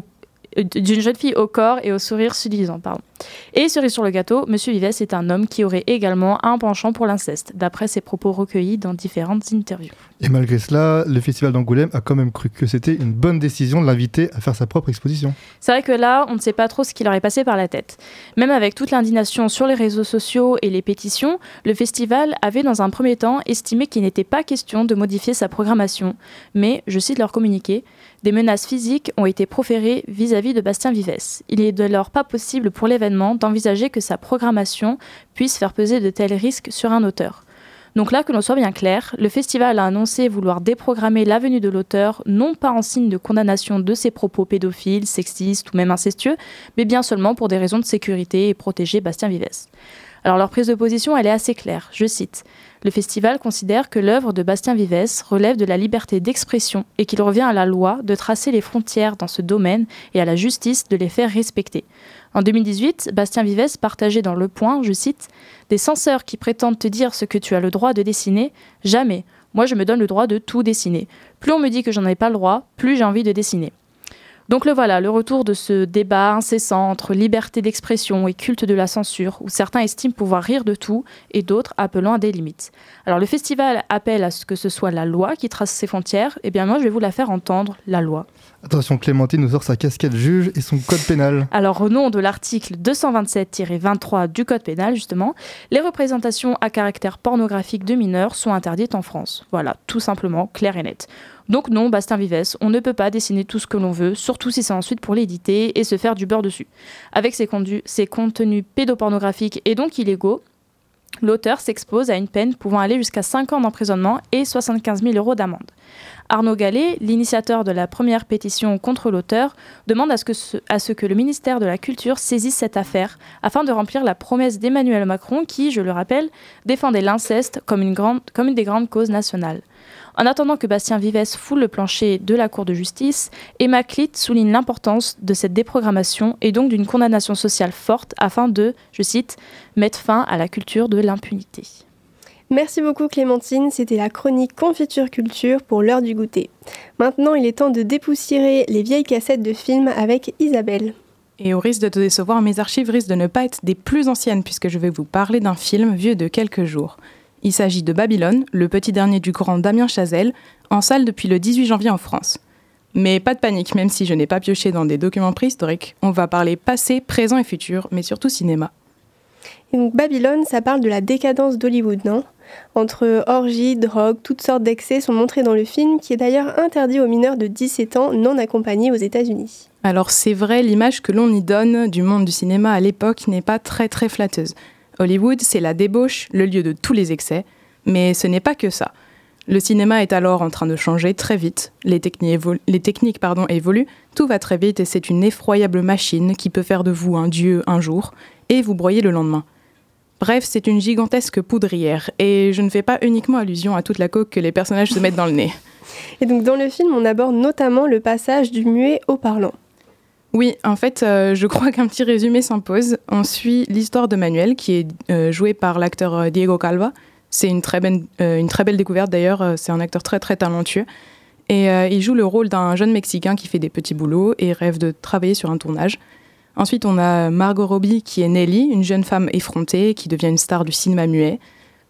au corps et au sourire séduisant. Et cerise sur le gâteau, Monsieur Vivès est un homme qui aurait également un penchant pour l'inceste, d'après ses propos recueillis dans différentes interviews. Et malgré cela, le Festival d'Angoulême a quand même cru que c'était une bonne décision de l'inviter à faire sa propre exposition. C'est vrai que là, on ne sait pas trop ce qui leur est passé par la tête. Même avec toute l'indignation sur les réseaux sociaux et les pétitions, le festival avait dans un premier temps estimé qu'il n'était pas question de modifier sa programmation. Mais, je cite leur communiqué, des menaces physiques ont été proférées vis-à-vis de Bastien Vivès. Il n'est dès lors pas possible pour l'événement d'envisager que sa programmation puisse faire peser de tels risques sur un auteur. Donc là, que l'on soit bien clair, le festival a annoncé vouloir déprogrammer la venue de l'auteur, non pas en signe de condamnation de ses propos pédophiles, sexistes ou même incestueux, mais bien seulement pour des raisons de sécurité et protéger Bastien Vivès. Alors leur prise de position, elle est assez claire, je cite. Le festival considère que l'œuvre de Bastien Vivès relève de la liberté d'expression et qu'il revient à la loi de tracer les frontières dans ce domaine et à la justice de les faire respecter. En 2018, Bastien Vivès partageait dans Le Point, je cite, « Des censeurs qui prétendent te dire ce que tu as le droit de dessiner, jamais. Moi, je me donne le droit de tout dessiner. Plus on me dit que j'en ai pas le droit, plus j'ai envie de dessiner. » Donc le voilà, le retour de ce débat incessant entre liberté d'expression et culte de la censure, où certains estiment pouvoir rire de tout et d'autres appelant à des limites. Alors le festival appelle à ce que ce soit la loi qui trace ses frontières, et bien moi je vais vous la faire entendre, la loi. Attention, Clémentine nous sort sa casquette juge et son code pénal. Alors au nom de l'article 227-23 du code pénal justement, les représentations à caractère pornographique de mineurs sont interdites en France. Voilà, tout simplement, clair et net. Donc non, Bastien Vivès, on ne peut pas dessiner tout ce que l'on veut, surtout si c'est ensuite pour l'éditer et se faire du beurre dessus. Avec ses contenus pédopornographiques et donc illégaux, l'auteur s'expose à une peine pouvant aller jusqu'à 5 ans d'emprisonnement et 75 000 € d'amende. Arnaud Gallet, l'initiateur de la première pétition contre l'auteur, demande à ce que le ministère de la Culture saisisse cette affaire afin de remplir la promesse d'Emmanuel Macron qui, je le rappelle, défendait l'inceste comme une des grandes causes nationales. En attendant que Bastien Vivès foule le plancher de la Cour de justice, Emma Klitt souligne l'importance de cette déprogrammation et donc d'une condamnation sociale forte afin de, je cite, « mettre fin à la culture de l'impunité ». Merci beaucoup Clémentine, c'était la chronique Confiture Culture pour l'heure du goûter. Maintenant, il est temps de dépoussiérer les vieilles cassettes de films avec Isabelle. Et au risque de te décevoir, mes archives risquent de ne pas être des plus anciennes puisque je vais vous parler d'un film vieux de quelques jours. Il s'agit de Babylone, le petit dernier du grand Damien Chazelle, en salle depuis le 18 janvier en France. Mais pas de panique, même si je n'ai pas pioché dans des documents préhistoriques, on va parler passé, présent et futur, mais surtout cinéma. Et donc Babylone, ça parle de la décadence d'Hollywood, non ? Entre orgies, drogues, toutes sortes d'excès sont montrés dans le film, qui est d'ailleurs interdit aux mineurs de 17 ans non accompagnés aux États-Unis. Alors c'est vrai, l'image que l'on y donne du monde du cinéma à l'époque n'est pas très très flatteuse. Hollywood, c'est la débauche, le lieu de tous les excès, mais ce n'est pas que ça. Le cinéma est alors en train de changer très vite, les techniques évoluent, tout va très vite et c'est une effroyable machine qui peut faire de vous un dieu un jour et vous broyer le lendemain. Bref, c'est une gigantesque poudrière et je ne fais pas uniquement allusion à toute la coke que les personnages se mettent dans le nez. Et donc dans le film, on aborde notamment le passage du muet au parlant. Oui, en fait, je crois qu'un petit résumé s'impose. On suit l'histoire de Manuel, qui est joué par l'acteur Diego Calva. C'est une très belle découverte d'ailleurs, c'est un acteur très très talentueux. Et il joue le rôle d'un jeune Mexicain qui fait des petits boulots et rêve de travailler sur un tournage. Ensuite, on a Margot Robbie, qui est Nelly, une jeune femme effrontée qui devient une star du cinéma muet.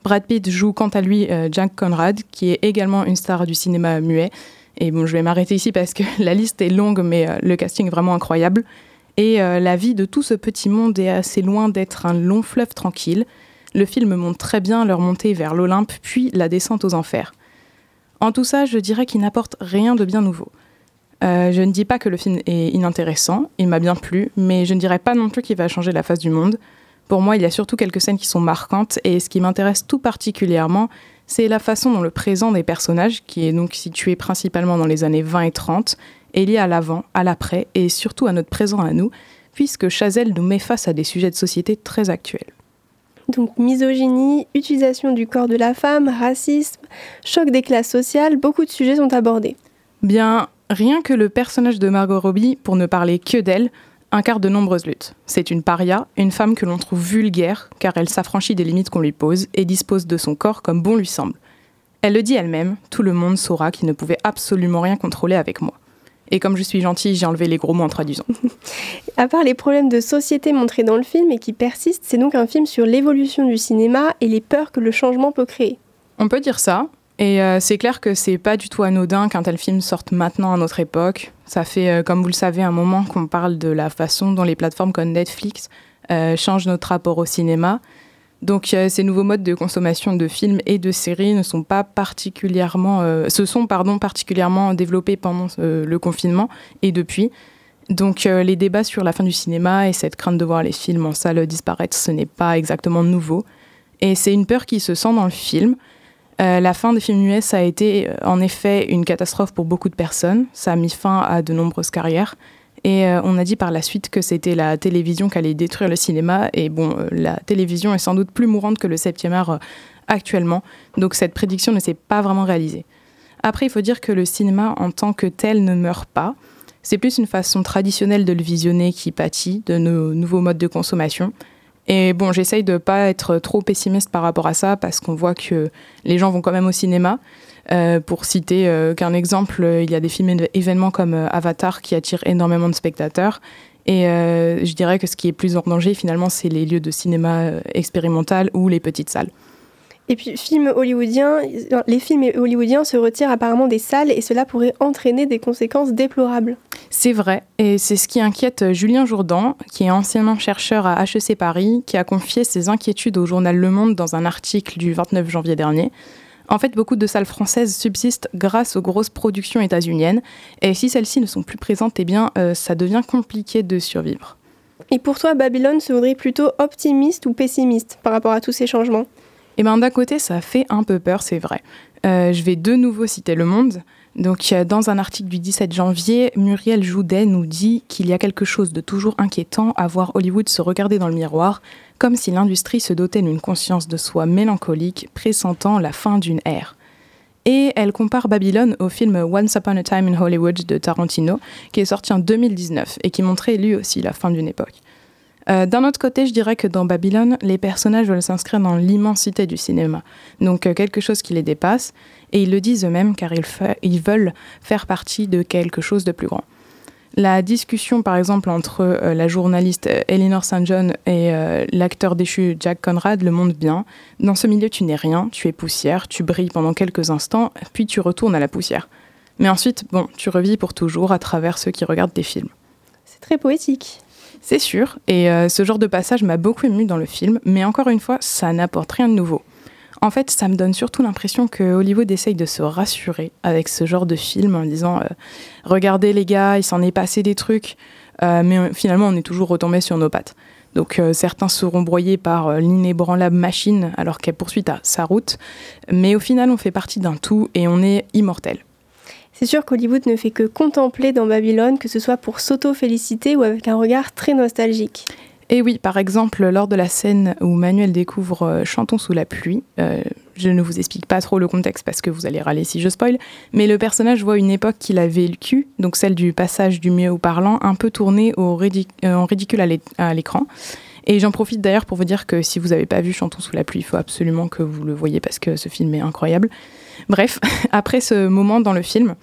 Brad Pitt joue quant à lui Jack Conrad, qui est également une star du cinéma muet. Et bon, je vais m'arrêter ici parce que la liste est longue, mais le casting est vraiment incroyable. Et la vie de tout ce petit monde est assez loin d'être un long fleuve tranquille. Le film montre très bien leur montée vers l'Olympe, puis la descente aux enfers. En tout ça, je dirais qu'il n'apporte rien de bien nouveau. Je ne dis pas que le film est inintéressant, il m'a bien plu, mais je ne dirais pas non plus qu'il va changer la face du monde. Pour moi, il y a surtout quelques scènes qui sont marquantes, et ce qui m'intéresse tout particulièrement, c'est la façon dont le présent des personnages, qui est donc situé principalement dans les années 20 et 30, est lié à l'avant, à l'après, et surtout à notre présent à nous, puisque Chazelle nous met face à des sujets de société très actuels. Donc misogynie, utilisation du corps de la femme, racisme, choc des classes sociales, beaucoup de sujets sont abordés. Bien, rien que le personnage de Margot Robbie, pour ne parler que d'elle, incarne de nombreuses luttes. C'est une paria, une femme que l'on trouve vulgaire, car elle s'affranchit des limites qu'on lui pose et dispose de son corps comme bon lui semble. Elle le dit elle-même, tout le monde saura qu'il ne pouvait absolument rien contrôler avec moi. Et comme je suis gentille, j'ai enlevé les gros mots en traduisant. À part les problèmes de société montrés dans le film et qui persistent, c'est donc un film sur l'évolution du cinéma et les peurs que le changement peut créer. On peut dire ça, et c'est clair que c'est pas du tout anodin qu'un tel film sorte maintenant à notre époque. Ça fait, comme vous le savez, un moment qu'on parle de la façon dont les plateformes comme Netflix changent notre rapport au cinéma. Donc ces nouveaux modes de consommation de films et de séries se sont particulièrement développés pendant le confinement et depuis. Donc les débats sur la fin du cinéma et cette crainte de voir les films en salle disparaître, ce n'est pas exactement nouveau. Et c'est une peur qui se sent dans le film. La fin des films muets, ça a été en effet une catastrophe pour beaucoup de personnes. Ça a mis fin à de nombreuses carrières. Et on a dit par la suite que c'était la télévision qui allait détruire le cinéma. Et bon, la télévision est sans doute plus mourante que le 7e art actuellement. Donc cette prédiction ne s'est pas vraiment réalisée. Après, il faut dire que le cinéma en tant que tel ne meurt pas. C'est plus une façon traditionnelle de le visionner qui pâtit de nos nouveaux modes de consommation. Et bon, j'essaye de ne pas être trop pessimiste par rapport à ça parce qu'on voit que les gens vont quand même au cinéma. Pour citer qu'un exemple, il y a des films événements comme Avatar qui attirent énormément de spectateurs. Et je dirais que ce qui est plus en danger, finalement, c'est les lieux de cinéma expérimental ou les petites salles. Et puis, les films hollywoodiens se retirent apparemment des salles et cela pourrait entraîner des conséquences déplorables. C'est vrai, et c'est ce qui inquiète Julien Jourdan, qui est anciennement chercheur à HEC Paris, qui a confié ses inquiétudes au journal Le Monde dans un article du 29 janvier dernier. En fait, beaucoup de salles françaises subsistent grâce aux grosses productions états-uniennes, et si celles-ci ne sont plus présentes, eh bien, ça devient compliqué de survivre. Et pour toi, Babylone se voudrait plutôt optimiste ou pessimiste par rapport à tous ces changements ? Eh bien, d'un côté, ça fait un peu peur, c'est vrai. Je vais de nouveau citer Le Monde. Donc, dans un article du 17 janvier, Muriel Joudet nous dit qu'il y a quelque chose de toujours inquiétant à voir Hollywood se regarder dans le miroir, comme si l'industrie se dotait d'une conscience de soi mélancolique, pressentant la fin d'une ère. Et elle compare Babylone au film Once Upon a Time in Hollywood de Tarantino, qui est sorti en 2019 et qui montrait lui aussi la fin d'une époque. D'un autre côté, je dirais que dans Babylone, les personnages veulent s'inscrire dans l'immensité du cinéma, donc quelque chose qui les dépasse, et ils le disent eux-mêmes car ils veulent faire partie de quelque chose de plus grand. La discussion, par exemple, entre la journaliste Eleanor St. John et l'acteur déchu Jack Conrad le montre bien. Dans ce milieu, tu n'es rien, tu es poussière, tu brilles pendant quelques instants, puis tu retournes à la poussière. Mais ensuite, bon, tu revis pour toujours à travers ceux qui regardent tes films. C'est très poétique. C'est sûr, et ce genre de passage m'a beaucoup ému dans le film, mais encore une fois, ça n'apporte rien de nouveau. En fait, ça me donne surtout l'impression que Hollywood essaye de se rassurer avec ce genre de film en disant « Regardez les gars, il s'en est passé des trucs mais finalement, on est toujours retombé sur nos pattes. Donc certains seront broyés par l'inébranlable machine alors qu'elle poursuit sa route, mais au final, on fait partie d'un tout et on est immortel. C'est sûr qu'Hollywood ne fait que contempler dans Babylone, que ce soit pour s'auto-féliciter ou avec un regard très nostalgique. Et oui, par exemple, lors de la scène où Manuel découvre Chantons sous la pluie, je ne vous explique pas trop le contexte parce que vous allez râler si je spoil, mais le personnage voit une époque qu'il a vécue, donc celle du passage du muet au parlant, un peu tournée en ridicule à l'écran. Et j'en profite d'ailleurs pour vous dire que si vous n'avez pas vu Chantons sous la pluie, il faut absolument que vous le voyiez parce que ce film est incroyable. Bref, après ce moment dans le film,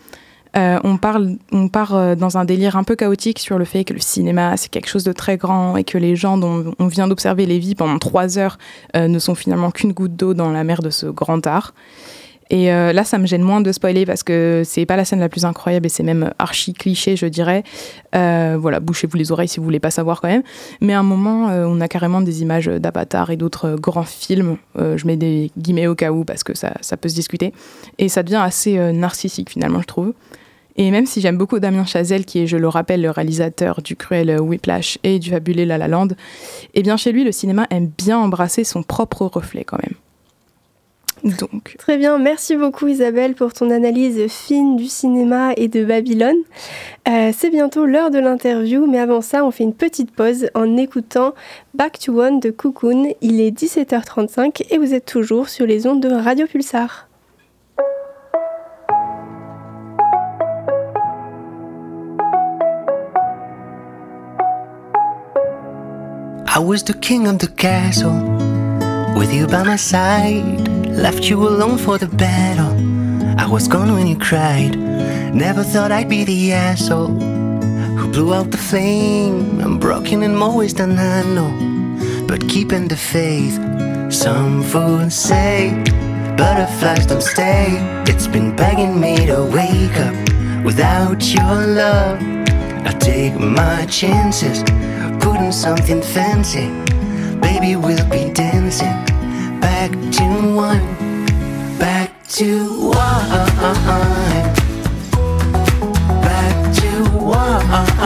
On part dans un délire un peu chaotique sur le fait que le cinéma, c'est quelque chose de très grand et que les gens dont on vient d'observer les vies pendant 3 heures ne sont finalement qu'une goutte d'eau dans la mer de ce grand art. Et là, ça me gêne moins de spoiler parce que c'est pas la scène la plus incroyable et c'est même archi cliché, je dirais. Voilà, bouchez-vous les oreilles si vous voulez pas savoir quand même. Mais à un moment, on a carrément des images d'Avatar et d'autres grands films. Je mets des guillemets au cas où parce que ça peut se discuter. Et ça devient assez narcissique finalement, je trouve. Et même si j'aime beaucoup Damien Chazelle, qui est, je le rappelle, le réalisateur du cruel Whiplash et du fabuleux La La Land, eh bien chez lui, le cinéma aime bien embrasser son propre reflet quand même. Donc. Très bien, merci beaucoup Isabelle pour ton analyse fine du cinéma et de Babylone. C'est bientôt l'heure de l'interview, mais avant ça, on fait une petite pause en écoutant Back to One de Cocoon. Il est 17h35 et vous êtes toujours sur les ondes de Radio Pulsar. I was the king of the castle, with you by my side. Left you alone for the battle. I was gone when you cried. Never thought I'd be the asshole who blew out the flame. I'm broken in more ways than I know, but keeping the faith. Some fools say butterflies don't stay. It's been begging me to wake up without your love. I take my chances, putting something fancy. Baby, we'll be dancing. Back to one, back to one, back to one,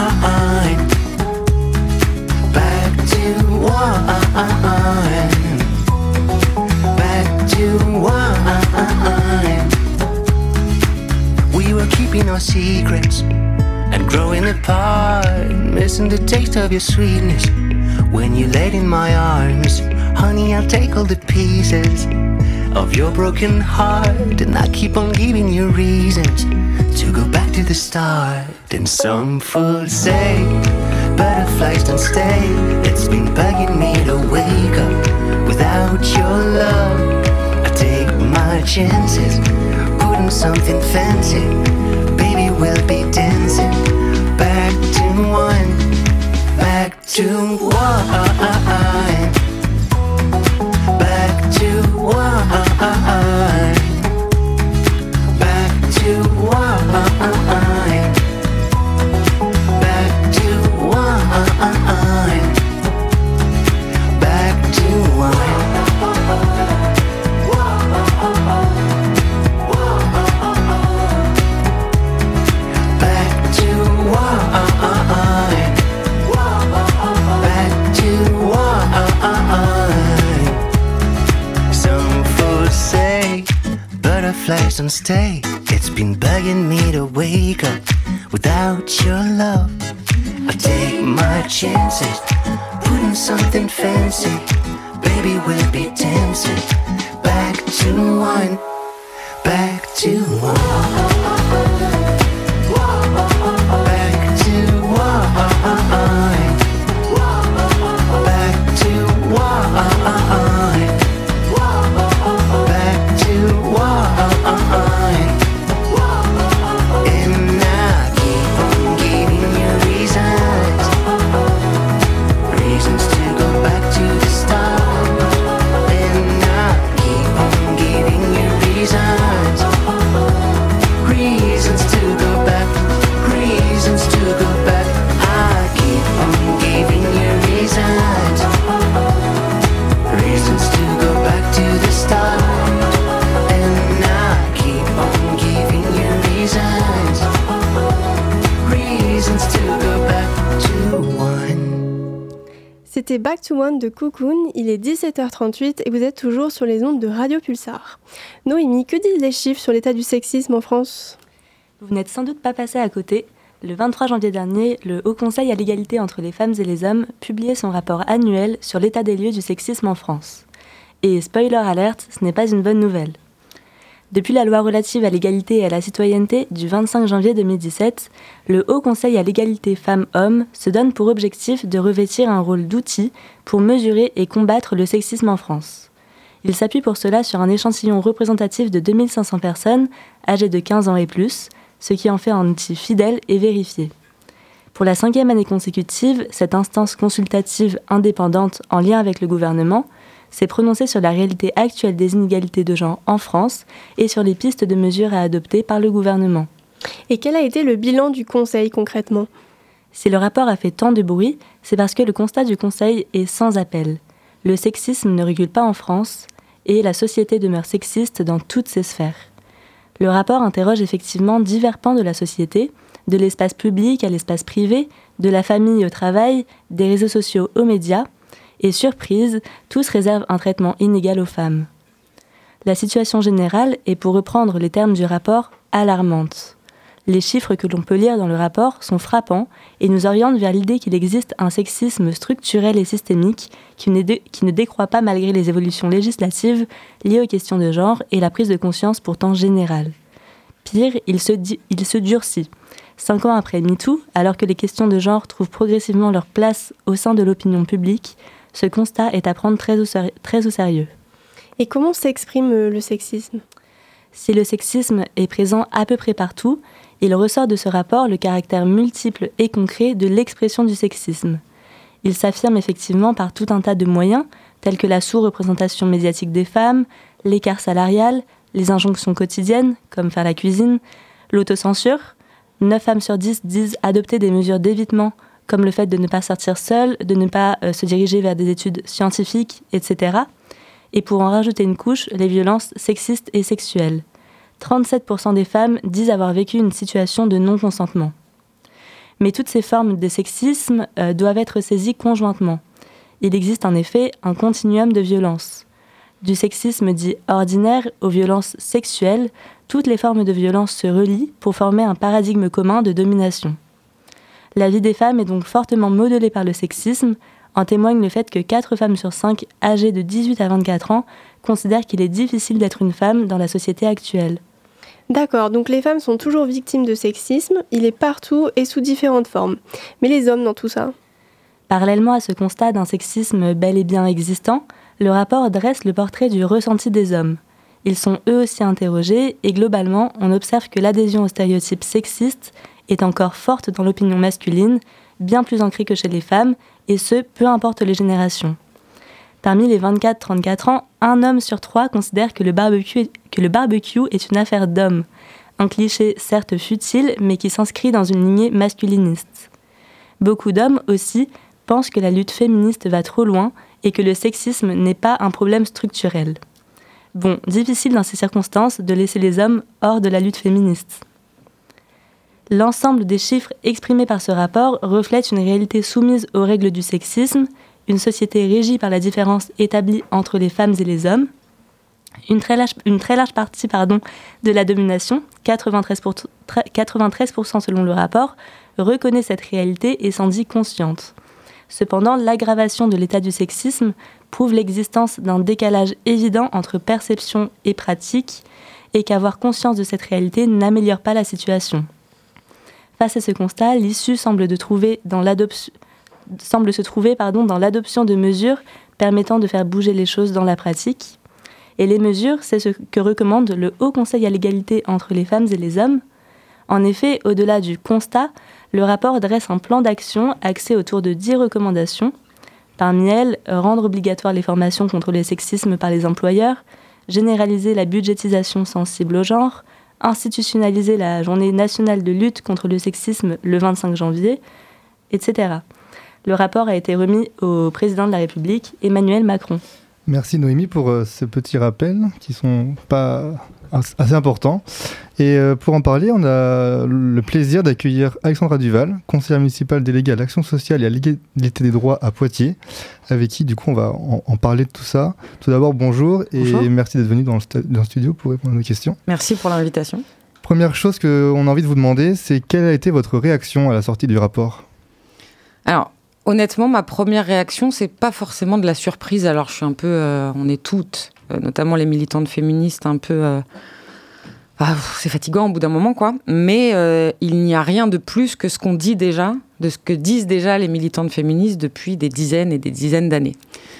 back to one, back to one. We were keeping our secrets and growing apart, missing the taste of your sweetness when you laid in my arms. Honey, I'll take all the pieces of your broken heart, and I keep on giving you reasons to go back to the start. And some fools say butterflies don't stay. It's been bugging me to wake up without your love. I take my chances, putting something fancy. Baby, we'll be dancing. Back to one, back to one. Back to one, back to one, back to one, back to one. Back to one, some fools say butterflies don't stay. It's been bugging me to wake up without your love. I take my chances, putting something fancy. Baby, we'll be dancing. Back to one, back to one. Back to one. Back to one. Back to one. And I keep on giving you reasons, reasons to go back to the start. And I keep on giving you reasons, reasons to go back, reasons to go back. I keep on giving you reasons, reasons to go back to the start. And I keep on giving you reasons, reasons to go back to one. C'était Back to One de Cocoon, il est 17h38 et vous êtes toujours sur les ondes de Radio Pulsar. Noémie, que disent les chiffres sur l'état du sexisme en France ? Vous n'êtes sans doute pas passé à côté. Le 23 janvier dernier, le Haut Conseil à l'égalité entre les femmes et les hommes publiait son rapport annuel sur l'état des lieux du sexisme en France. Et spoiler alert, ce n'est pas une bonne nouvelle. Depuis la loi relative à l'égalité et à la citoyenneté du 25 janvier 2017, le Haut Conseil à l'égalité femmes-hommes se donne pour objectif de revêtir un rôle d'outil pour mesurer et combattre le sexisme en France. Il s'appuie pour cela sur un échantillon représentatif de 2500 personnes âgées de 15 ans et plus, ce qui en fait un outil fidèle et vérifié. Pour la 5e année consécutive, cette instance consultative indépendante en lien avec le gouvernement s'est prononcée sur la réalité actuelle des inégalités de genre en France et sur les pistes de mesures à adopter par le gouvernement. Et quel a été le bilan du Conseil concrètement ? Si le rapport a fait tant de bruit, c'est parce que le constat du Conseil est sans appel. Le sexisme ne recule pas en France et la société demeure sexiste dans toutes ses sphères. Le rapport interroge effectivement divers pans de la société, de l'espace public à l'espace privé, de la famille au travail, des réseaux sociaux aux médias, et surprise, tous réservent un traitement inégal aux femmes. La situation générale est, pour reprendre les termes du rapport, alarmante. Les chiffres que l'on peut lire dans le rapport sont frappants et nous orientent vers l'idée qu'il existe un sexisme structurel et systémique qui ne décroît pas malgré les évolutions législatives liées aux questions de genre et la prise de conscience pourtant générale. Pire, il se durcit. 5 ans après MeToo, alors que les questions de genre trouvent progressivement leur place au sein de l'opinion publique, ce constat est à prendre très au sérieux. Et comment s'exprime le sexisme ? Si le sexisme est présent à peu près partout, il ressort de ce rapport le caractère multiple et concret de l'expression du sexisme. Il s'affirme effectivement par tout un tas de moyens, tels que la sous-représentation médiatique des femmes, l'écart salarial, les injonctions quotidiennes, comme faire la cuisine, l'autocensure. 9 femmes sur 10 disent adopter des mesures d'évitement, comme le fait de ne pas sortir seule, de ne pas se diriger vers des études scientifiques, etc. Et pour en rajouter une couche, les violences sexistes et sexuelles. 37% des femmes disent avoir vécu une situation de non-consentement. Mais toutes ces formes de sexisme doivent être saisies conjointement. Il existe en effet un continuum de violences. Du sexisme dit ordinaire aux violences sexuelles, toutes les formes de violence se relient pour former un paradigme commun de domination. La vie des femmes est donc fortement modelée par le sexisme. En témoigne le fait que 4 femmes sur 5 âgées de 18 à 24 ans considèrent qu'il est difficile d'être une femme dans la société actuelle. D'accord, donc les femmes sont toujours victimes de sexisme, il est partout et sous différentes formes. Mais les hommes dans tout ça ? Parallèlement à ce constat d'un sexisme bel et bien existant, le rapport dresse le portrait du ressenti des hommes. Ils sont eux aussi interrogés et globalement, on observe que l'adhésion aux stéréotypes sexistes est encore forte dans l'opinion masculine, bien plus ancrée que chez les femmes, et ce, peu importe les générations. Parmi les 24-34 ans, 1 homme sur 3 considère que le barbecue est une affaire d'hommes. Un cliché certes futile, mais qui s'inscrit dans une lignée masculiniste. Beaucoup d'hommes aussi pensent que la lutte féministe va trop loin et que le sexisme n'est pas un problème structurel. Bon, difficile dans ces circonstances de laisser les hommes hors de la lutte féministe. L'ensemble des chiffres exprimés par ce rapport reflète une réalité soumise aux règles du sexisme, une société régie par la différence établie entre les femmes et les hommes, une très large partie de la domination, 93% selon le rapport, reconnaît cette réalité et s'en dit consciente. Cependant, l'aggravation de l'état du sexisme prouve l'existence d'un décalage évident entre perception et pratique, et qu'avoir conscience de cette réalité n'améliore pas la situation. Face à ce constat, l'issue semble se trouver dans l'adoption de mesures permettant de faire bouger les choses dans la pratique. Et les mesures, c'est ce que recommande le Haut Conseil à l'égalité entre les femmes et les hommes. En effet, au-delà du constat, le rapport dresse un plan d'action axé autour de 10 recommandations. Parmi elles, rendre obligatoire les formations contre le sexisme par les employeurs, généraliser la budgétisation sensible au genre, institutionnaliser la journée nationale de lutte contre le sexisme le 25 janvier, etc. Le rapport a été remis au président de la République, Emmanuel Macron. Merci Noémie pour ces petits rappels qui sont pas assez importants. Et pour en parler, on a le plaisir d'accueillir Alexandra Duval, conseillère municipale déléguée à l'action sociale et à l'égalité des droits à Poitiers, avec qui du coup on va en parler de tout ça. Tout d'abord, bonjour et merci d'être venu dans le studio pour répondre à nos questions. Merci pour l'invitation. Première chose qu'on a envie de vous demander, c'est quelle a été votre réaction à la sortie du rapport ? Alors, honnêtement, ma première réaction, c'est pas forcément de la surprise. Alors, je suis un peu... on est toutes, notamment les militantes féministes, un peu... c'est fatigant au bout d'un moment, quoi. Mais il n'y a rien de plus que ce qu'on dit déjà, de ce que disent déjà les militantes féministes depuis des dizaines et des dizaines d'années.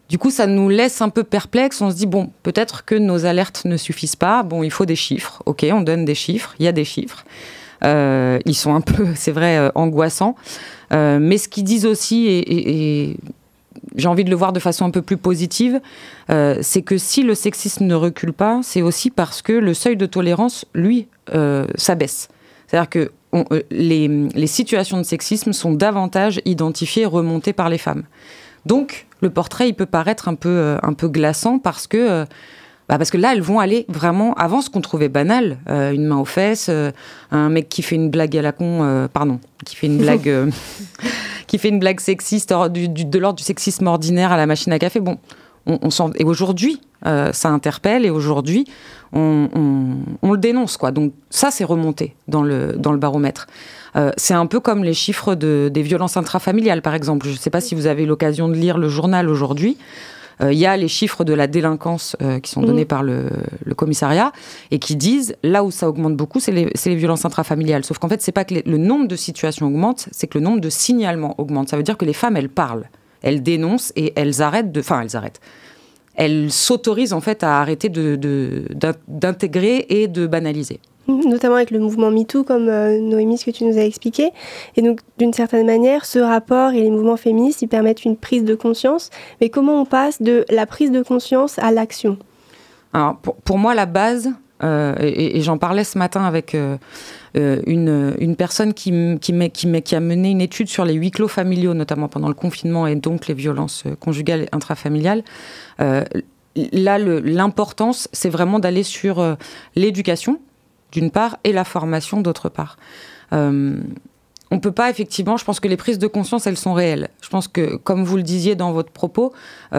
Du coup, ça nous laisse un peu perplexes. On se dit, bon, peut-être que nos alertes ne suffisent pas. Bon, il faut des chiffres. OK, on donne des chiffres. Il y a des chiffres. Ils sont un peu, c'est vrai, angoissants. Mais ce qu'ils disent aussi, et j'ai envie de le voir de façon un peu plus positive, c'est que si le sexisme ne recule pas, c'est aussi parce que le seuil de tolérance, lui, s'abaisse. C'est-à-dire que les situations de sexisme sont davantage identifiées et remontées par les femmes. Donc, le portrait, il peut paraître un peu glaçant parce que là, elles vont aller vraiment avant ce qu'on trouvait banal, une main aux fesses, un mec qui fait une blague à la con, qui fait une blague, qui fait une blague sexiste de l'ordre du sexisme ordinaire à la machine à café. Bon, on sent, et aujourd'hui, ça interpelle, et aujourd'hui, on le dénonce, quoi. Donc ça, c'est remonté dans le baromètre. C'est un peu comme les chiffres des violences intrafamiliales, par exemple. Je ne sais pas si vous avez l'occasion de lire le journal aujourd'hui. Il y a les chiffres de la délinquance qui sont donnés par le commissariat et qui disent, là où ça augmente beaucoup, c'est les violences intrafamiliales. Sauf qu'en fait, c'est pas que le nombre de situations augmente, c'est que le nombre de signalements augmente. Ça veut dire que les femmes, elles parlent, elles dénoncent et elles arrêtent. Elles s'autorisent en fait à arrêter d'intégrer et de banaliser. Notamment avec le mouvement MeToo, comme Noémie, ce que tu nous as expliqué. Et donc, d'une certaine manière, ce rapport et les mouvements féministes, ils permettent une prise de conscience. Mais comment on passe de la prise de conscience à l'action ? Alors, pour moi, la base, et j'en parlais ce matin avec une personne qui a mené une étude sur les huis clos familiaux, notamment pendant le confinement, et donc les violences conjugales et intrafamiliales. Là, l'importance, c'est vraiment d'aller sur l'éducation, d'une part, et la formation, d'autre part. On peut pas, effectivement, je pense que les prises de conscience, elles sont réelles. Je pense que, comme vous le disiez dans votre propos,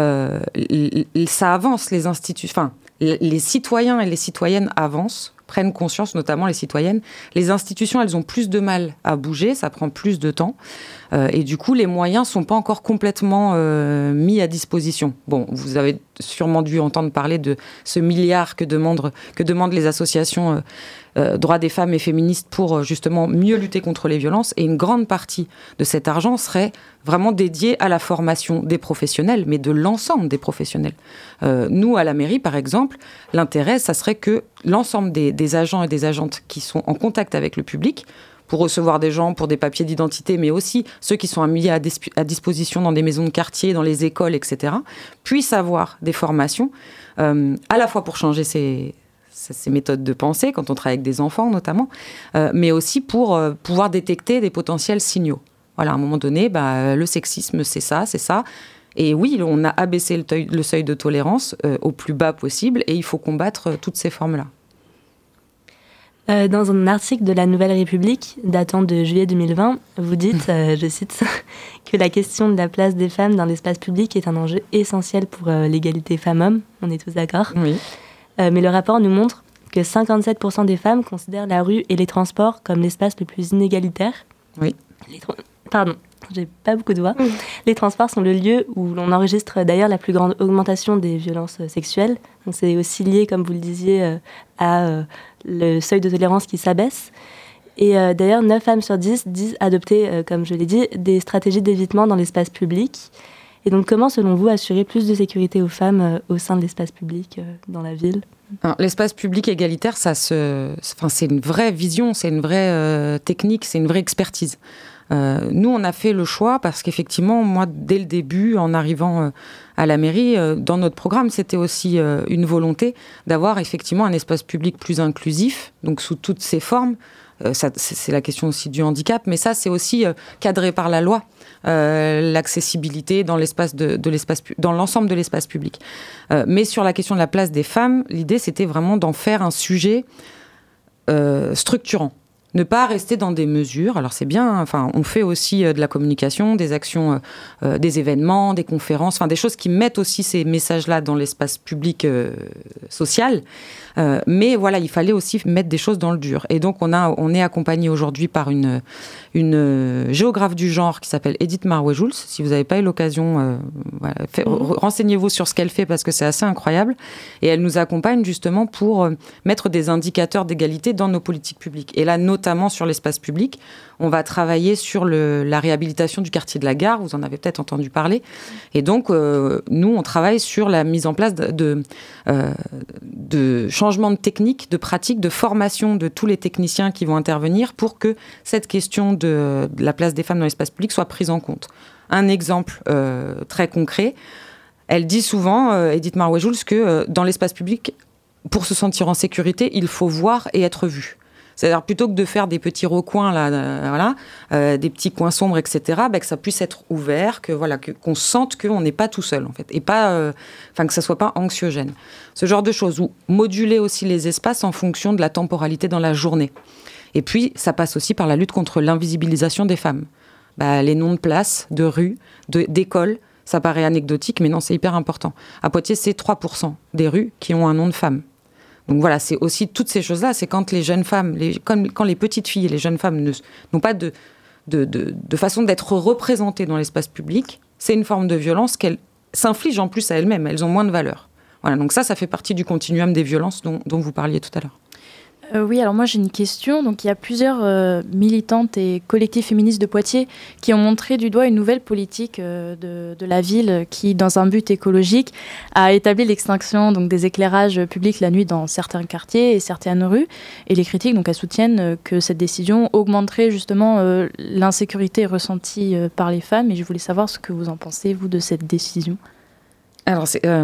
ça avance, les institutions, les citoyens et les citoyennes avancent, prennent conscience, notamment les citoyennes. Les institutions, elles ont plus de mal à bouger, ça prend plus de temps. Et du coup, les moyens ne sont pas encore complètement mis à disposition. Bon, vous avez sûrement dû entendre parler de ce milliard que demandent les associations droits des femmes et féministes pour justement mieux lutter contre les violences. Et une grande partie de cet argent serait vraiment dédiée à la formation des professionnels, mais de l'ensemble des professionnels. Nous, à la mairie, par exemple, l'intérêt, ça serait que l'ensemble des agents et des agentes qui sont en contact avec le public, pour recevoir des gens, pour des papiers d'identité, mais aussi ceux qui sont mis à disposition dans des maisons de quartier, dans les écoles, etc., puissent avoir des formations, à la fois pour changer ces méthodes de pensée, quand on travaille avec des enfants notamment, mais aussi pour pouvoir détecter des potentiels signaux. Voilà, à un moment donné, le sexisme, c'est ça. Et oui, on a abaissé le seuil de tolérance au plus bas possible, et il faut combattre toutes ces formes-là. Dans un article de la Nouvelle République, datant de juillet 2020, vous dites, je cite, que la question de la place des femmes dans l'espace public est un enjeu essentiel pour l'égalité femmes-hommes. On est tous d'accord. Oui. Mais le rapport nous montre que 57% des femmes considèrent la rue et les transports comme l'espace le plus inégalitaire. Oui. Pardon, j'ai pas beaucoup de voix. Les transports sont le lieu où l'on enregistre d'ailleurs la plus grande augmentation des violences sexuelles. Donc c'est aussi lié, comme vous le disiez, à le seuil de tolérance qui s'abaisse. Et d'ailleurs, 9 femmes sur 10 disent adopter, comme je l'ai dit, des stratégies d'évitement dans l'espace public. Et donc, comment, selon vous, assurer plus de sécurité aux femmes au sein de l'espace public dans la ville ? Alors, l'espace public égalitaire, c'est une vraie vision, c'est une vraie technique, c'est une vraie expertise. Nous, on a fait le choix parce qu'effectivement, moi, dès le début, en arrivant à la mairie, dans notre programme, c'était aussi une volonté d'avoir effectivement un espace public plus inclusif, donc sous toutes ses formes. C'est la question aussi du handicap, mais ça, c'est aussi cadré par la loi, l'accessibilité dans dans l'ensemble de l'espace public. Mais sur la question de la place des femmes, l'idée, c'était vraiment d'en faire un sujet structurant. Ne pas rester dans des mesures. Alors c'est bien, on fait aussi de la communication, des actions, des événements, des conférences, des choses qui mettent aussi ces messages-là dans l'espace public social. Mais voilà, il fallait aussi mettre des choses dans le dur. Et donc on est accompagné aujourd'hui par une géographe du genre qui s'appelle Edith Marouet-Jules. Si vous n'avez pas eu l'occasion, renseignez-vous sur ce qu'elle fait parce que c'est assez incroyable. Et elle nous accompagne justement pour mettre des indicateurs d'égalité dans nos politiques publiques. Et là, notamment notamment sur l'espace public. On va travailler sur la réhabilitation du quartier de la Gare, vous en avez peut-être entendu parler. Et donc, nous, on travaille sur la mise en place de changements de techniques, de pratiques, de formation de tous les techniciens qui vont intervenir pour que cette question de la place des femmes dans l'espace public soit prise en compte. Un exemple très concret, elle dit souvent, Edith Marouet-Jules, que dans l'espace public, pour se sentir en sécurité, il faut voir et être vu. C'est-à-dire, plutôt que de faire des petits recoins, des petits coins sombres, etc., que ça puisse être ouvert, qu'on sente qu'on n'est pas tout seul, en fait, et pas, que ça soit pas anxiogène. Ce genre de choses, ou moduler aussi les espaces en fonction de la temporalité dans la journée. Et puis, ça passe aussi par la lutte contre l'invisibilisation des femmes. Les noms de places, de rues, d'écoles, ça paraît anecdotique, mais non, c'est hyper important. À Poitiers, c'est 3% des rues qui ont un nom de femme. Donc voilà, c'est aussi toutes ces choses-là. C'est quand les jeunes femmes, quand les petites filles et les jeunes femmes n'ont pas de façon d'être représentées dans l'espace public, c'est une forme de violence qu'elles s'infligent en plus à elles-mêmes. Elles ont moins de valeur. Voilà, donc ça fait partie du continuum des violences dont vous parliez tout à l'heure. Oui, alors moi j'ai une question. Donc il y a plusieurs militantes et collectifs féministes de Poitiers qui ont montré du doigt une nouvelle politique de la ville qui, dans un but écologique, a établi l'extinction des éclairages publics la nuit dans certains quartiers et certaines rues. Et les critiques elles soutiennent que cette décision augmenterait justement l'insécurité ressentie par les femmes. Et je voulais savoir ce que vous en pensez, vous, de cette décision. Alors,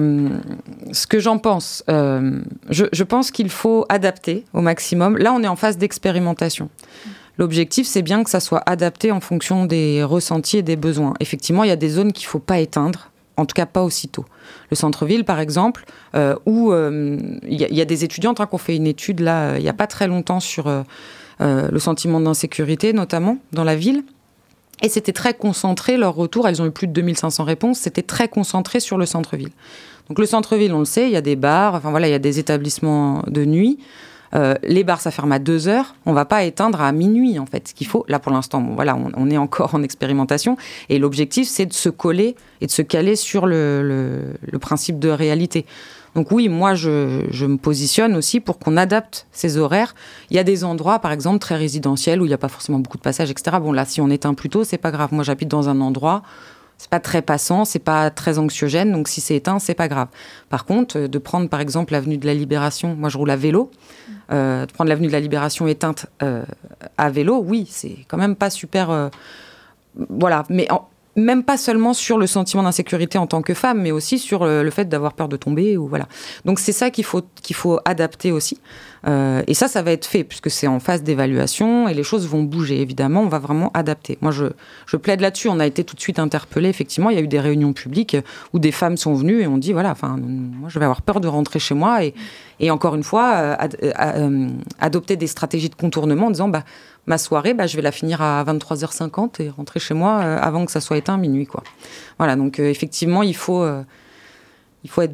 ce que j'en pense, je pense qu'il faut adapter au maximum. Là, on est en phase d'expérimentation. L'objectif, c'est bien que ça soit adapté en fonction des ressentis et des besoins. Effectivement, il y a des zones qu'il ne faut pas éteindre, en tout cas pas aussitôt. Le centre-ville, par exemple, où il y a des étudiantes qui ont fait une étude, là, il n'y a pas très longtemps, sur le sentiment d'insécurité, notamment, dans la ville. Et c'était très concentré, leur retour, elles ont eu plus de 2500 réponses, c'était très concentré sur le centre-ville. Donc le centre-ville, on le sait, il y a des bars, il y a des établissements de nuit. Les bars, ça ferme à 2h. On ne va pas éteindre à minuit, en fait. Ce qu'il faut, là, pour l'instant, on est encore en expérimentation. Et l'objectif, c'est de se coller et de se caler sur le principe de réalité. Donc oui, moi, je me positionne aussi pour qu'on adapte ces horaires. Il y a des endroits, par exemple, très résidentiels, où il n'y a pas forcément beaucoup de passages, etc. Bon, là, si on éteint plus tôt, c'est pas grave. Moi, j'habite dans un endroit, c'est pas très passant, c'est pas très anxiogène, donc si c'est éteint, c'est pas grave. Par contre, de prendre, par exemple, l'avenue de la Libération, moi, je roule à vélo, de prendre l'avenue de la Libération éteinte à vélo, oui, c'est quand même pas super... mais... même pas seulement sur le sentiment d'insécurité en tant que femme, mais aussi sur le fait d'avoir peur de tomber. Donc c'est ça qu'il faut adapter aussi. Et ça va être fait, puisque c'est en phase d'évaluation, et les choses vont bouger, évidemment, on va vraiment adapter. Moi, je plaide là-dessus, on a été tout de suite interpellés, effectivement, il y a eu des réunions publiques où des femmes sont venues et ont dit, moi je vais avoir peur de rentrer chez moi, et encore une fois, adopter des stratégies de contournement en disant, ma soirée, je vais la finir à 23h50 et rentrer chez moi avant que ça soit éteint à minuit, quoi. Voilà, donc effectivement, il faut être...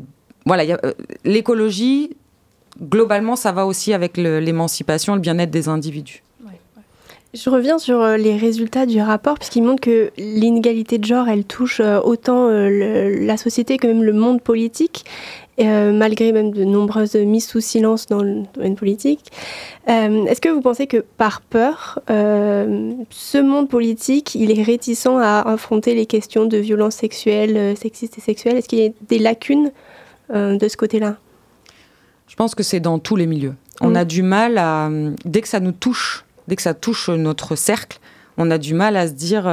l'écologie, globalement, ça va aussi avec l'émancipation, le bien-être des individus. Je reviens sur les résultats du rapport, puisqu'il montre que l'inégalité de genre, elle touche autant la société que même le monde politique, malgré même de nombreuses mises sous silence dans le domaine politique. Est-ce que vous pensez que par peur, ce monde politique, il est réticent à affronter les questions de violences sexuelles, sexistes et sexuelles? Est-ce qu'il y a des lacunes de ce côté-là? Je pense que c'est dans tous les milieux. On a du mal à... Dès que ça nous touche... Dès que ça touche notre cercle, on a du mal à se dire,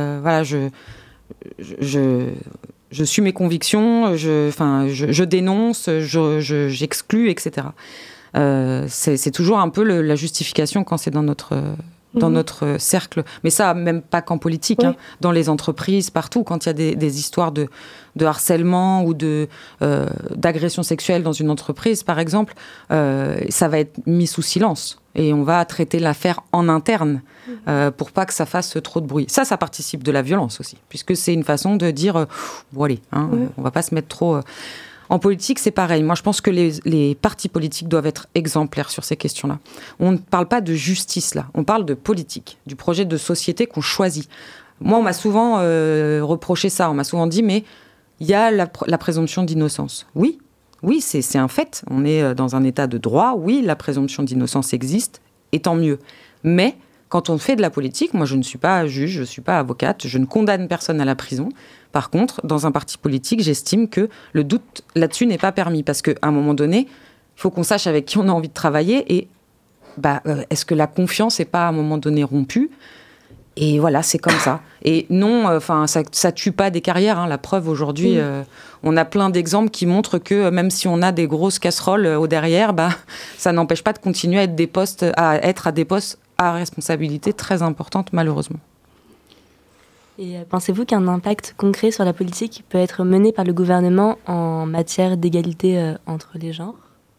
je suis mes convictions, je dénonce, j'exclus, etc. C'est toujours un peu la justification quand c'est dans notre cercle. Mais ça, même pas qu'en politique, oui. Dans les entreprises, partout, quand il y a des histoires de harcèlement ou d'agression sexuelle dans une entreprise, par exemple, ça va être mis sous silence. Et on va traiter l'affaire en interne pour pas que ça fasse trop de bruit. Ça participe de la violence aussi, puisque c'est une façon de dire, on va pas se mettre trop... En politique, c'est pareil. Moi, je pense que les partis politiques doivent être exemplaires sur ces questions-là. On ne parle pas de justice, là. On parle de politique, du projet de société qu'on choisit. Moi, on m'a souvent reproché ça. On m'a souvent dit, mais il y a la présomption d'innocence. Oui, c'est un fait. On est dans un état de droit. Oui, la présomption d'innocence existe, et tant mieux. Mais quand on fait de la politique, moi je ne suis pas juge, je ne suis pas avocate, je ne condamne personne à la prison. Par contre, dans un parti politique, j'estime que le doute là-dessus n'est pas permis. Parce qu'à un moment donné, il faut qu'on sache avec qui on a envie de travailler. Et est-ce que la confiance n'est pas à un moment donné rompue ? Et voilà, c'est comme ça. Et non, ça tue pas des carrières. La preuve, aujourd'hui, on a plein d'exemples qui montrent que même si on a des grosses casseroles au derrière, ça n'empêche pas de continuer à être à des postes à responsabilité très importante, malheureusement. Et pensez-vous qu'un impact concret sur la politique peut être mené par le gouvernement en matière d'égalité entre les genres ?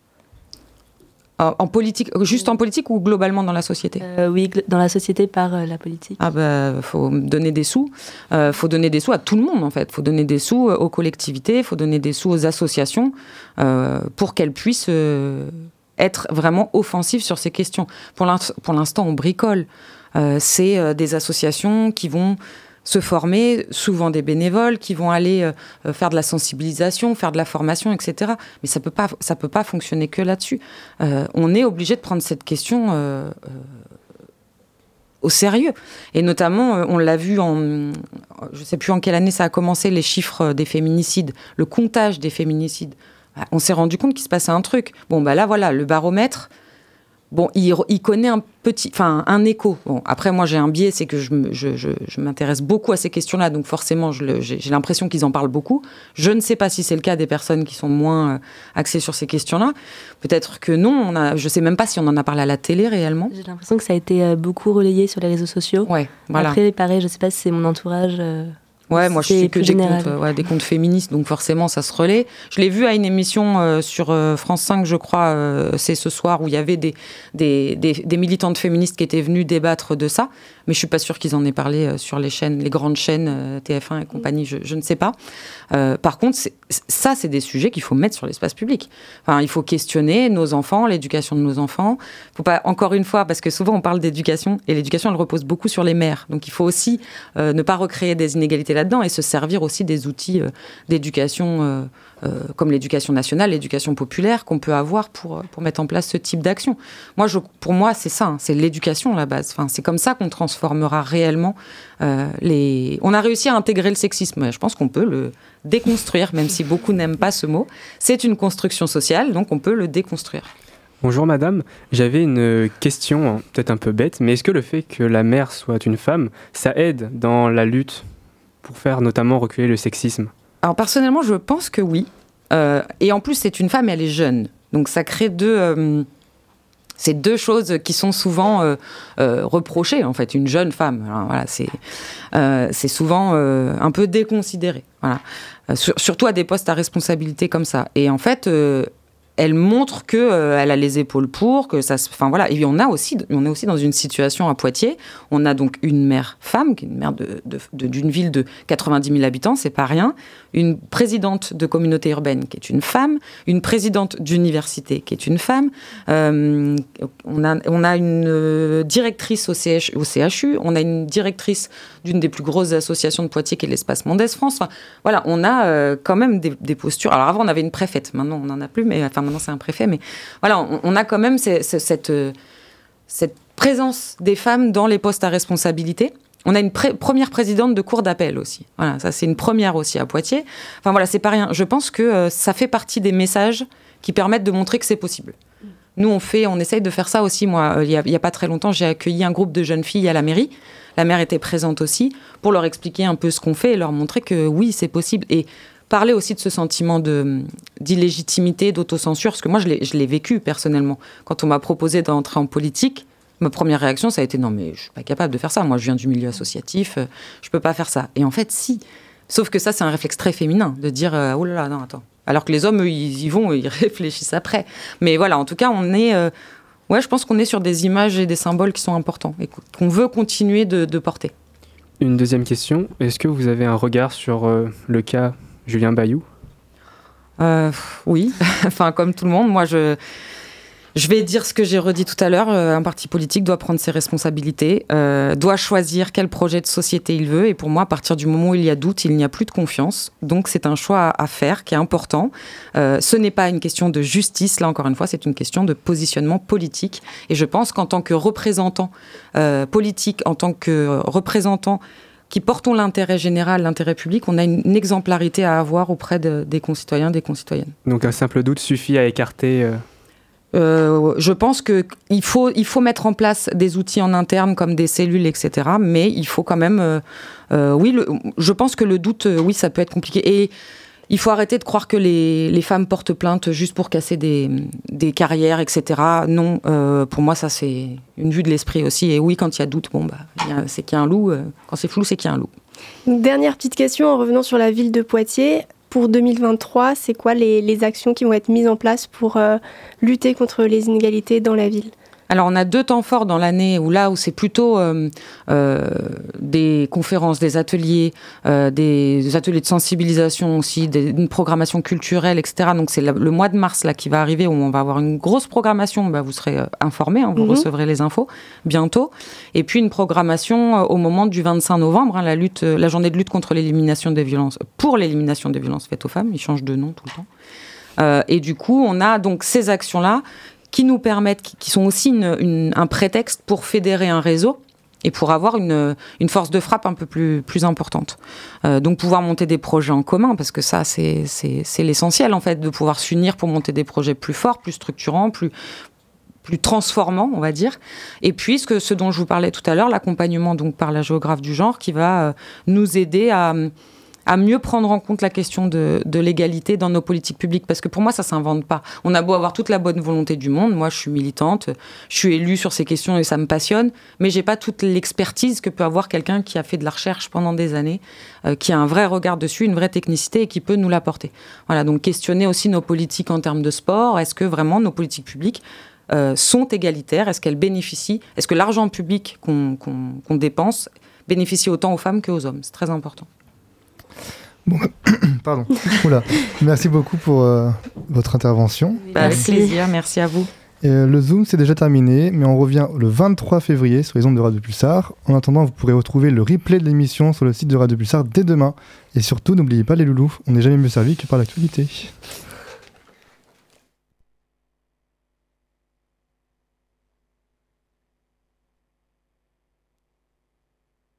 En politique, juste en politique ou globalement dans la société ? Oui, dans la société par la politique. Faut donner des sous. Faut donner des sous à tout le monde, en fait. Faut donner des sous aux collectivités, faut donner des sous aux associations pour qu'elles puissent être vraiment offensives sur ces questions. Pour l'instant, on bricole. C'est des associations qui vont se former, souvent des bénévoles qui vont aller faire de la sensibilisation, faire de la formation, etc. Mais ça peut pas fonctionner que là-dessus. On est obligé de prendre cette question au sérieux. Et notamment, on l'a vu je ne sais plus en quelle année ça a commencé, les chiffres des féminicides, le comptage des féminicides. On s'est rendu compte qu'il se passait un truc. Là, voilà, le baromètre... il connaît un écho. Après, moi, j'ai un biais, c'est que je m'intéresse beaucoup à ces questions-là, donc forcément, j'ai l'impression qu'ils en parlent beaucoup. Je ne sais pas si c'est le cas des personnes qui sont moins axées sur ces questions-là. Peut-être que non. Je ne sais même pas si on en a parlé à la télé réellement. J'ai l'impression que ça a été beaucoup relayé sur les réseaux sociaux. Ouais, voilà. Après, pareil, je ne sais pas si c'est mon entourage... Ouais, moi je sais que des comptes féministes, donc forcément ça se relaie. Je l'ai vu à une émission sur France 5, je crois, c'est ce soir, où il y avait des militantes féministes qui étaient venues débattre de ça, mais je suis pas sûre qu'ils en aient parlé sur les grandes chaînes TF1 et compagnie, je ne sais pas. Par contre, c'est des sujets qu'il faut mettre sur l'espace public. Il faut questionner nos enfants, l'éducation de nos enfants. Faut pas, encore une fois, parce que souvent on parle d'éducation, et l'éducation elle repose beaucoup sur les mères, donc il faut aussi ne pas recréer des inégalités là-dedans et se servir aussi des outils d'éducation comme l'éducation nationale, l'éducation populaire qu'on peut avoir pour mettre en place ce type d'action. Pour moi, c'est ça, c'est l'éducation la base. C'est comme ça qu'on transformera réellement On a réussi à intégrer le sexisme, et je pense qu'on peut le déconstruire, même si beaucoup n'aiment pas ce mot. C'est une construction sociale, donc on peut le déconstruire. Bonjour madame, j'avais une question peut-être un peu bête, mais est-ce que le fait que la mère soit une femme, ça aide dans la lutte pour faire notamment reculer le sexisme ? Alors personnellement, je pense que oui. Et en plus, c'est une femme et elle est jeune. Donc ça crée c'est deux choses qui sont souvent reprochées, en fait. Une jeune femme, alors, voilà, c'est souvent un peu déconsidéré. Voilà. Surtout à des postes à responsabilité comme ça. Et en fait... elle montre qu'elle a les épaules pour, que ça se... Enfin voilà, et on est aussi dans une situation à Poitiers, on a donc une maire femme, qui est une maire d'une ville de 90 000 habitants, c'est pas rien, une présidente de communauté urbaine qui est une femme, une présidente d'université qui est une femme, on a une directrice au CHU, on a une directrice d'une des plus grosses associations de Poitiers qui est l'Espace Mendès France. Enfin, voilà, on a quand même des postures. Alors avant, on avait une préfète, maintenant on n'en a plus, mais enfin maintenant c'est un préfet, mais voilà, on a quand même cette présence des femmes dans les postes à responsabilité. On a une première présidente de cour d'appel aussi. Voilà, ça c'est une première aussi à Poitiers. Enfin voilà, c'est pas rien. Je pense que ça fait partie des messages qui permettent de montrer que c'est possible. Nous, on essaye de faire ça aussi. Moi, il y a pas très longtemps, j'ai accueilli un groupe de jeunes filles à la mairie. La maire était présente aussi pour leur expliquer un peu ce qu'on fait et leur montrer que oui, c'est possible. Et parler aussi de ce sentiment d'illégitimité, d'autocensure, parce que moi, je l'ai vécu personnellement. Quand on m'a proposé d'entrer en politique, ma première réaction, ça a été « Non, mais je suis pas capable de faire ça. Moi, je viens du milieu associatif, je peux pas faire ça. » Et en fait, si. Sauf que ça, c'est un réflexe très féminin, de dire « Oh là là, non, attends. » Alors que les hommes, eux, ils y vont, ils réfléchissent après. Mais voilà, en tout cas, on est... je pense qu'on est sur des images et des symboles qui sont importants et qu'on veut continuer de porter. Une deuxième question. Est-ce que vous avez un regard sur le cas Julien Bayou ? Oui, enfin comme tout le monde, moi Je vais dire ce que j'ai redit tout à l'heure. Un parti politique doit prendre ses responsabilités, doit choisir quel projet de société il veut. Et pour moi, à partir du moment où il y a doute, il n'y a plus de confiance. Donc c'est un choix à faire qui est important. Ce n'est pas une question de justice, là encore une fois, c'est une question de positionnement politique. Et je pense qu'en tant que représentant politique, en tant que représentant qui portons l'intérêt général, l'intérêt public, on a une exemplarité à avoir auprès des concitoyens, des concitoyennes. Donc un simple doute suffit à écarter... Je pense qu'il faut mettre en place des outils en interne comme des cellules, etc. Mais il faut quand même... je pense que le doute, oui, ça peut être compliqué. Et il faut arrêter de croire que les femmes portent plainte juste pour casser des carrières, etc. Non, pour moi, ça, c'est une vue de l'esprit aussi. Et oui, quand il y a doute, c'est qu'il y a un loup. Quand c'est flou, c'est qu'il y a un loup. Une dernière petite question en revenant sur la ville de Poitiers. Pour 2023, c'est quoi les actions qui vont être mises en place pour lutter contre les inégalités dans la ville ? Alors, on a 2 temps forts dans l'année où c'est plutôt des conférences, des ateliers de sensibilisation aussi, une programmation culturelle, etc. Donc, c'est le mois de mars là qui va arriver où on va avoir une grosse programmation. Vous serez informés, vous recevrez les infos bientôt. Et puis, une programmation au moment du 25 novembre, la journée de lutte contre l'élimination des violences, pour l'élimination des violences faites aux femmes. Ils changent de nom tout le temps. Et du coup, on a donc ces actions-là qui nous permettent, qui sont aussi un prétexte pour fédérer un réseau et pour avoir une force de frappe un peu plus importante. Donc pouvoir monter des projets en commun, parce que ça, c'est l'essentiel en fait, de pouvoir s'unir pour monter des projets plus forts, plus structurants, plus transformants, on va dire. Et puis, ce dont je vous parlais tout à l'heure, l'accompagnement donc par la géographe du genre, qui va nous aider à mieux prendre en compte la question de l'égalité dans nos politiques publiques. Parce que pour moi, ça ne s'invente pas. On a beau avoir toute la bonne volonté du monde. Moi, je suis militante, je suis élue sur ces questions et ça me passionne. Mais je n'ai pas toute l'expertise que peut avoir quelqu'un qui a fait de la recherche pendant des années, qui a un vrai regard dessus, une vraie technicité et qui peut nous l'apporter. Voilà, donc questionner aussi nos politiques en termes de sport. Est-ce que vraiment nos politiques publiques sont égalitaires ? Est-ce qu'elles bénéficient ? Est-ce que l'argent public qu'on dépense bénéficie autant aux femmes qu'aux hommes ? C'est très important. Bon, pardon. Oula. Merci beaucoup pour votre intervention. Avec plaisir, merci à vous. Le Zoom, c'est déjà terminé, mais on revient le 23 février sur les ondes de Radio Pulsar. En attendant, vous pourrez retrouver le replay de l'émission sur le site de Radio Pulsar dès demain. Et surtout, n'oubliez pas les loulous, on n'est jamais mieux servi que par l'actualité.